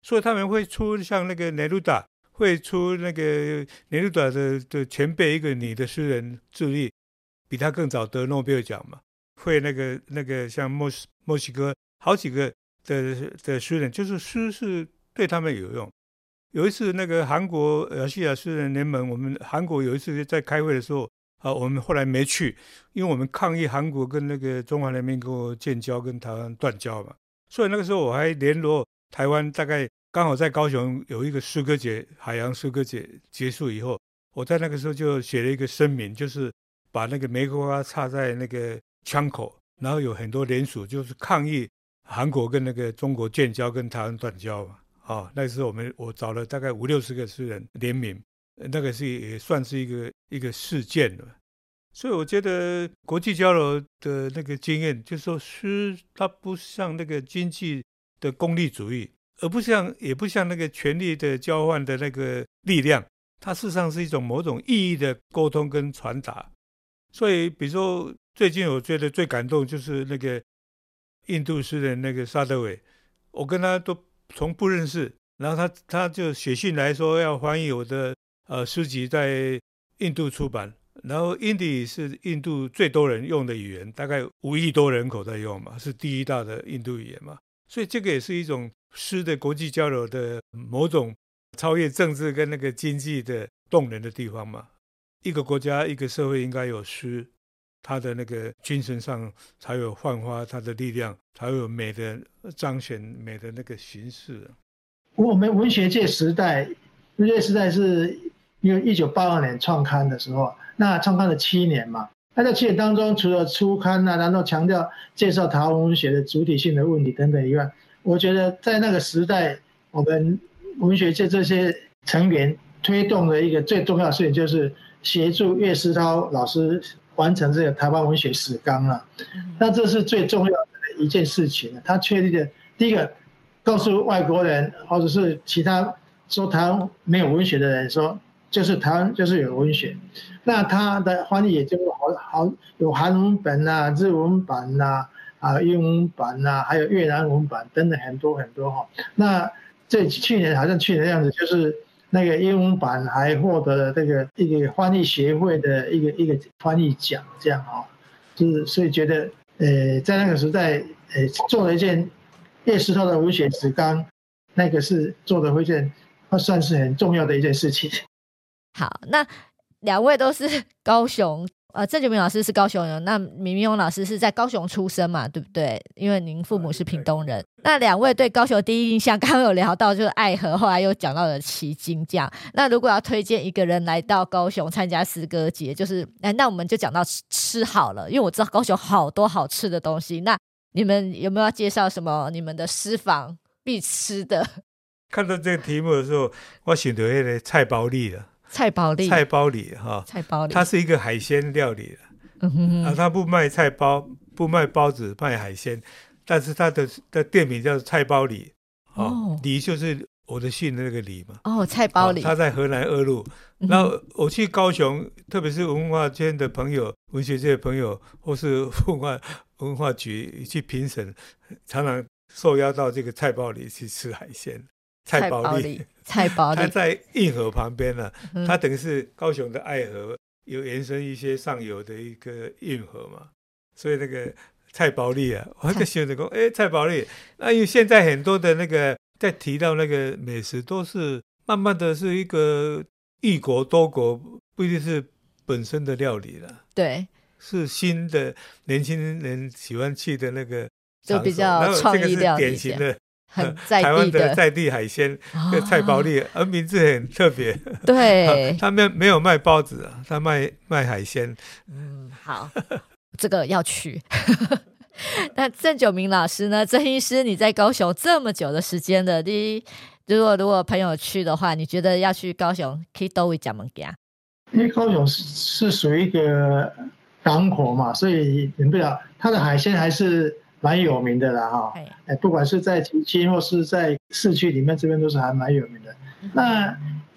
所以他们会出像那个内鲁达，会出那个内鲁达的的前辈一个女的诗人智利，比他更早得诺贝尔奖嘛，会那个那个像墨西墨西哥好几个的的诗人，就是诗是对他们有用。有一次那个韩国亚细亚诗人联盟，我们韩国有一次在开会的时候啊，我们后来没去，因为我们抗议韩国跟那个中华人民共和国建交跟台湾断交嘛，所以那个时候我还联络台湾，大概刚好在高雄有一个诗歌节，海洋诗歌节结束以后，我在那个时候就写了一个声明，就是把那个玫瑰花插在那个枪口，然后有很多联署，就是抗议韩国跟那个中国建交跟台湾断交嘛。哦，那时候我们我找了大概五六十个诗人联名，那个是也算是一个一个事件了。所以我觉得国际交流的那个经验，就是说诗它不像那个经济的功利主义，而不像也不像那个权力的交换的那个力量，它事实上是一种某种意义的沟通跟传达。所以比如说最近我觉得最感动就是那个印度诗人那个沙德韦，我跟他都从不认识，然后他他就写信来说要翻译我的呃诗集在印度出版，然后印地是印度最多人用的语言，大概五亿多人口在用嘛，是第一大的印度语言嘛，所以这个也是一种诗的国际交流的某种超越政治跟那个经济的动人的地方嘛。一个国家一个社会应该有诗，它的那个精神上才有焕发它的力量，才有美的彰显美的那个形式。 我们文学界时代，文学界时代是因为一九八二年创刊的时候，那创刊了七年嘛。那在七年当中，除了初刊啊，然后强调介绍台湾文学的主体性的问题等等以外，我觉得在那个时代，我们文学界这些成员推动的一个最重要的事情，就是协助岳思涛老师完成这个台湾文学史纲了。那这是最重要的一件事情。他确立的第一个，告诉外国人或者是其他说台湾没有文学的人说，就是台湾就是有文学。那他的翻译也就好好有韩文本啊、日文版啊、啊英文版啊，还有越南文版等等很多很多哈。那这去年好像去年的样子，就是那个英文版还获得了这个一个翻译协会的一个一个翻译奖，这样哈，就是所以觉得呃在那个时代呃做了一件岳思涛的文学史纲，那个是做的一件算是很重要的一件事情。 好，那两位都是高雄，呃，郑九明老师是高雄人，那明明勇老师是在高雄出生嘛，对不对？因为您父母是屏东人。那两位对高雄第一印象，刚刚有聊到就是爱河，后来又讲到了旗津这样。那如果要推荐一个人来到高雄参加诗歌节，就是哎，那我们就讲到吃吃好了，因为我知道高雄好多好吃的东西。那你们有没有要介绍什么你们的诗坊必吃的？ 看到这个题目的时候，我想到那个菜包里了。 菜包里， 菜包里哈， 菜包里， 它是一个海鲜料理嗯哼哼啊，它不卖菜包，不卖包子，卖海鲜，但是它的的店名叫菜包里，哦，里就是我的姓的那个里嘛， 哦，菜包里， 它在河南二路。然后我去高雄，特别是文化圈的朋友、文学界的朋友，或是文化文化局去评审，常常受邀到这个菜包里去吃海鲜。菜包里， 菜包里， 它在硬河旁边呢、啊嗯，它等于是高雄的爱河，有延伸一些上游的一个运河嘛，所以那个菜包里啊，我就想着说，哎，菜包里，那因为现在很多的那个在提到那个美食，都是慢慢的是一个异国多国，不一定是本身的料理了， 对， 是新的年轻人喜欢去的那个就比较创意料理， 典型的。 很在地的台湾的在地海鲜的菜包里，而名字很特别。 对， 他们没有卖包子啊，他卖卖海鲜。 嗯，好，这个要去。那郑九明老师呢？郑医师，你在高雄这么久的时间的，你如果如果朋友去的话，你觉得要去高雄可以都会讲门家？ 因为高雄是是属于一个港口嘛，所以免不了它的海鲜还是蛮有名的啦哈，哎，不管是在旗津或是在市区里面，这边都是还蛮有名的。那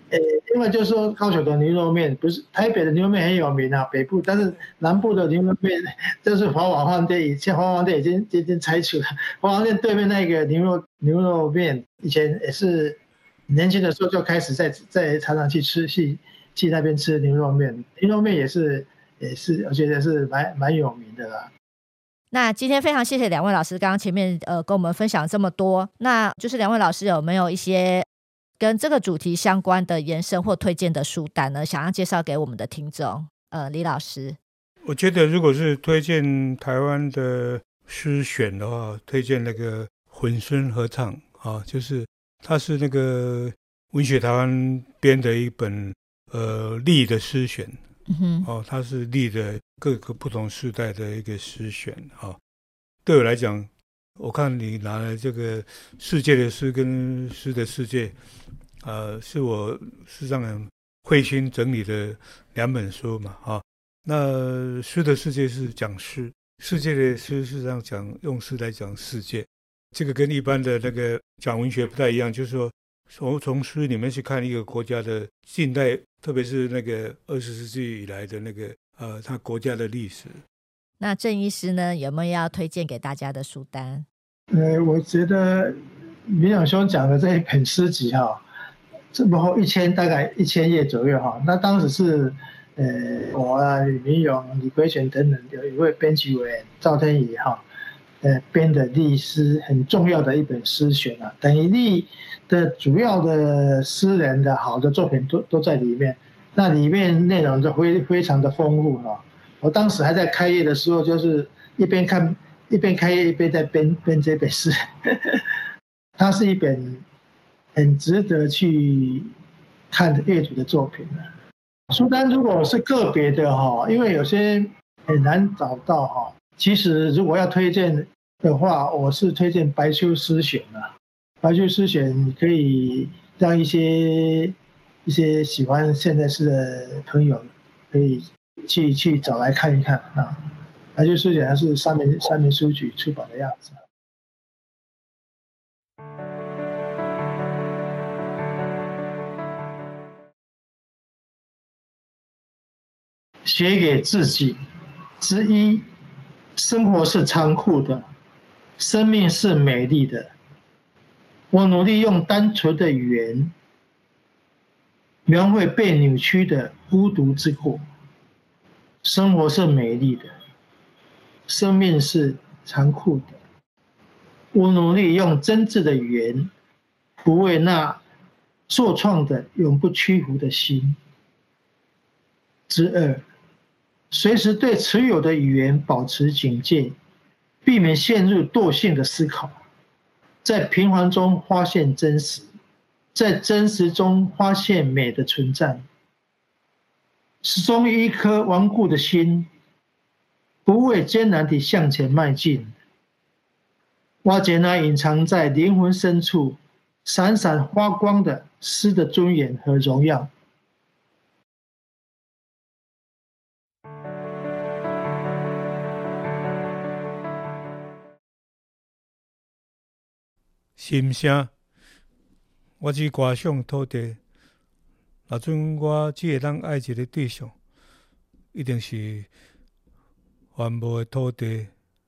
呃，因为就是说高雄的牛肉面不是台北的牛肉面很有名啊，北部，但是南部的牛肉面就是华华饭店，以前华华店已经已经拆除了，华华店对面那个牛肉牛肉面，以前也是年轻的时候就开始在在常常去吃去去那边吃牛肉面，牛肉面也是也是我觉得是蛮蛮有名的啦。 那今天非常谢谢两位老师，刚刚前面呃跟我们分享这么多，那就是两位老师有没有一些跟这个主题相关的延伸或推荐的书单呢？想要介绍给我们的听众，呃，李老师。 我觉得如果是推荐台湾的诗选的话，推荐那个混声合唱啊，就是它是那个文学台湾编的一本呃历的诗选。嗯哼，哦，它是历的各个不同时代的一个诗选啊。对我来讲，我看你拿了这个世界的诗跟诗的世界，呃，是我事实上慧心整理的两本书嘛，啊，那诗的世界是讲诗，世界的诗事实上讲用诗来讲世界，这个跟一般的那个讲文学不太一样，就是说从从诗里面去看一个国家的近代，特别是那个二十世纪以来的那个呃，他国家的历史。 那郑医师呢，有没有要推荐给大家的书单？ 呃，我觉得明勇兄讲的这一本诗集哈，这么厚一千大概一千页左右哈。那当时是呃我啊李明勇、李奎全等等有一位编辑委员赵天仪哈，呃编的历诗很重要的一本诗选啊，等于历的主要的诗人的好的作品都都在里面。那里面内容就非非常的丰富哈。我当时还在开业的时候，就是一边看一边开业一边在编编这本诗，它是一本很值得去看的阅读的作品。书单如果是个别的哈，因为有些很难找到哈。其实如果要推荐的话，我是推荐白秋诗选啊。白秋诗选你可以让一些一些喜欢现代诗的朋友可以去去找来看一看啊。白秋诗选还是三民三民书局出版的样子。写给自己之一，生活是残酷的，生命是美丽的。我努力用单纯的语言描绘被扭曲的孤独之苦。生活是美丽的，生命是残酷的。我努力用真挚的语言抚慰那受创的永不屈服的心。之二，随时对持有的语言保持警戒，避免陷入惰性的思考，在平凡中发现真实，在真实中发现美的存在。始终以一颗顽固的心，不畏艰难地向前迈进，挖掘那隐藏在灵魂深处、闪闪发光的诗的尊严和荣耀。 心声，我只歌颂土地。若准我只会当爱一个对象，一定是繁茂的土地。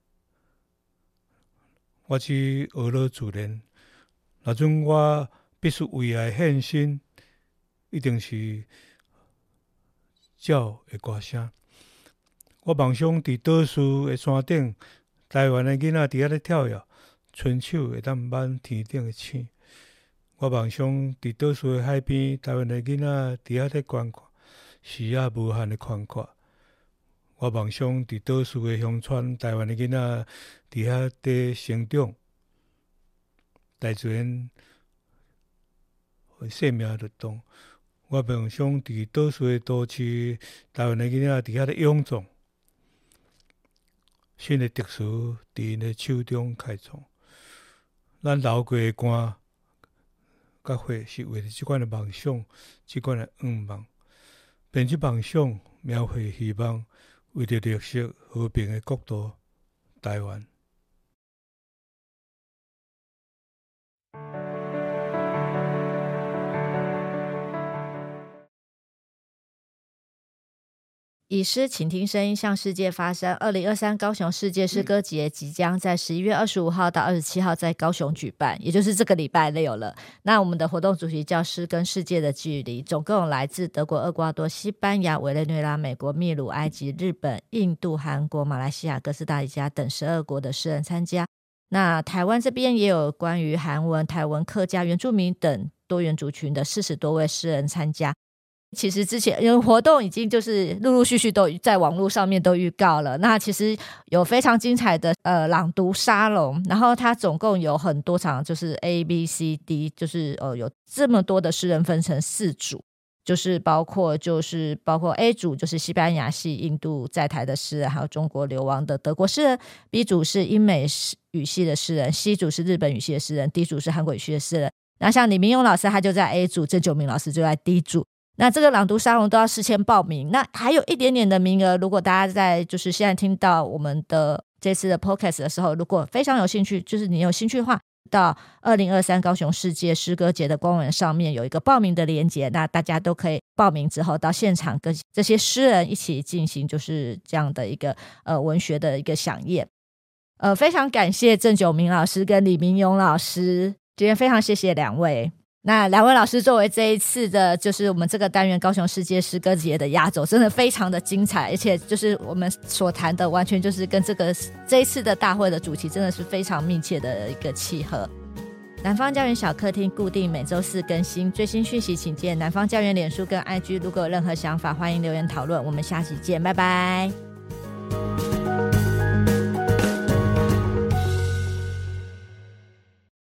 我只学乐自然。若准我必须为爱献身，一定是鸟的歌声。我梦想伫岛屿的山顶，台湾的囡仔伫遐咧跳跃。春手会当挽天顶的星，我梦想伫岛屿的海边，台湾的囡仔伫遐咧观看，视野无限的宽阔。我梦想伫岛屿的乡村，台湾的囡仔伫遐咧成长，大自然生命律动。我梦想伫岛屿的都市，台湾的囡仔伫遐咧勇壮，新的特殊伫因的手中开创。咱流过的汗甲血，是为了即款的梦想，即款的愿望，并即梦想描绘希望，为着绿色和平的国度台湾。 以诗倾听声音向世界发声，二零二三高雄世界诗歌节即将在十一月二十五号到二十七号在高雄举办，也就是这个礼拜六了。那我们的活动主题叫诗跟世界的距离，总共来自德国、厄瓜多、西班牙、委内瑞拉、美国、秘鲁、埃及、日本、印度、韩国、马来西亚、哥斯达黎加等十二国的诗人参加。那台湾这边也有关于韩文、台文、客家、原住民等多元族群的四十多位诗人参加。其实之前因为活动已经就是陆陆续续都在网络上面都预告了，那其实有非常精彩的呃朗读沙龙，然后它总共有很多场，就是 A B C D， 就是呃有这么多的诗人分成四组，就是包括就是包括 A 组就是西班牙系印度在台的诗人，还有中国流亡的德国诗人， B 组是英美语系的诗人， C 组是日本语系的诗人， D 组是韩国语系的诗人。那像李明勇老师他就在 A 组，郑九明老师就在 D 组。那这个朗读沙龙都要事先报名，那还有一点点的名额，如果大家在就是现在听到我们的这次的 podcast 的时候，如果非常有兴趣，就是你有兴趣的话，到二零二三高雄世界诗歌节的官网上面有一个报名的连结，那大家都可以报名之后到现场跟这些诗人一起进行就是这样的一个呃文学的一个飨宴。呃，非常感谢郑九明老师跟李明勇老师，今天非常谢谢两位。那两位老师作为这一次的就是我们这个单元高雄世界诗歌节的压轴，真的非常的精彩，而且就是我们所谈的完全就是跟这个这一次的大会的主题真的是非常密切的一个契合。南方家园小客厅固定每周四更新，最新讯息请见南方家园脸书跟 I G， 如果有任何想法欢迎留言讨论，我们下期见，拜拜。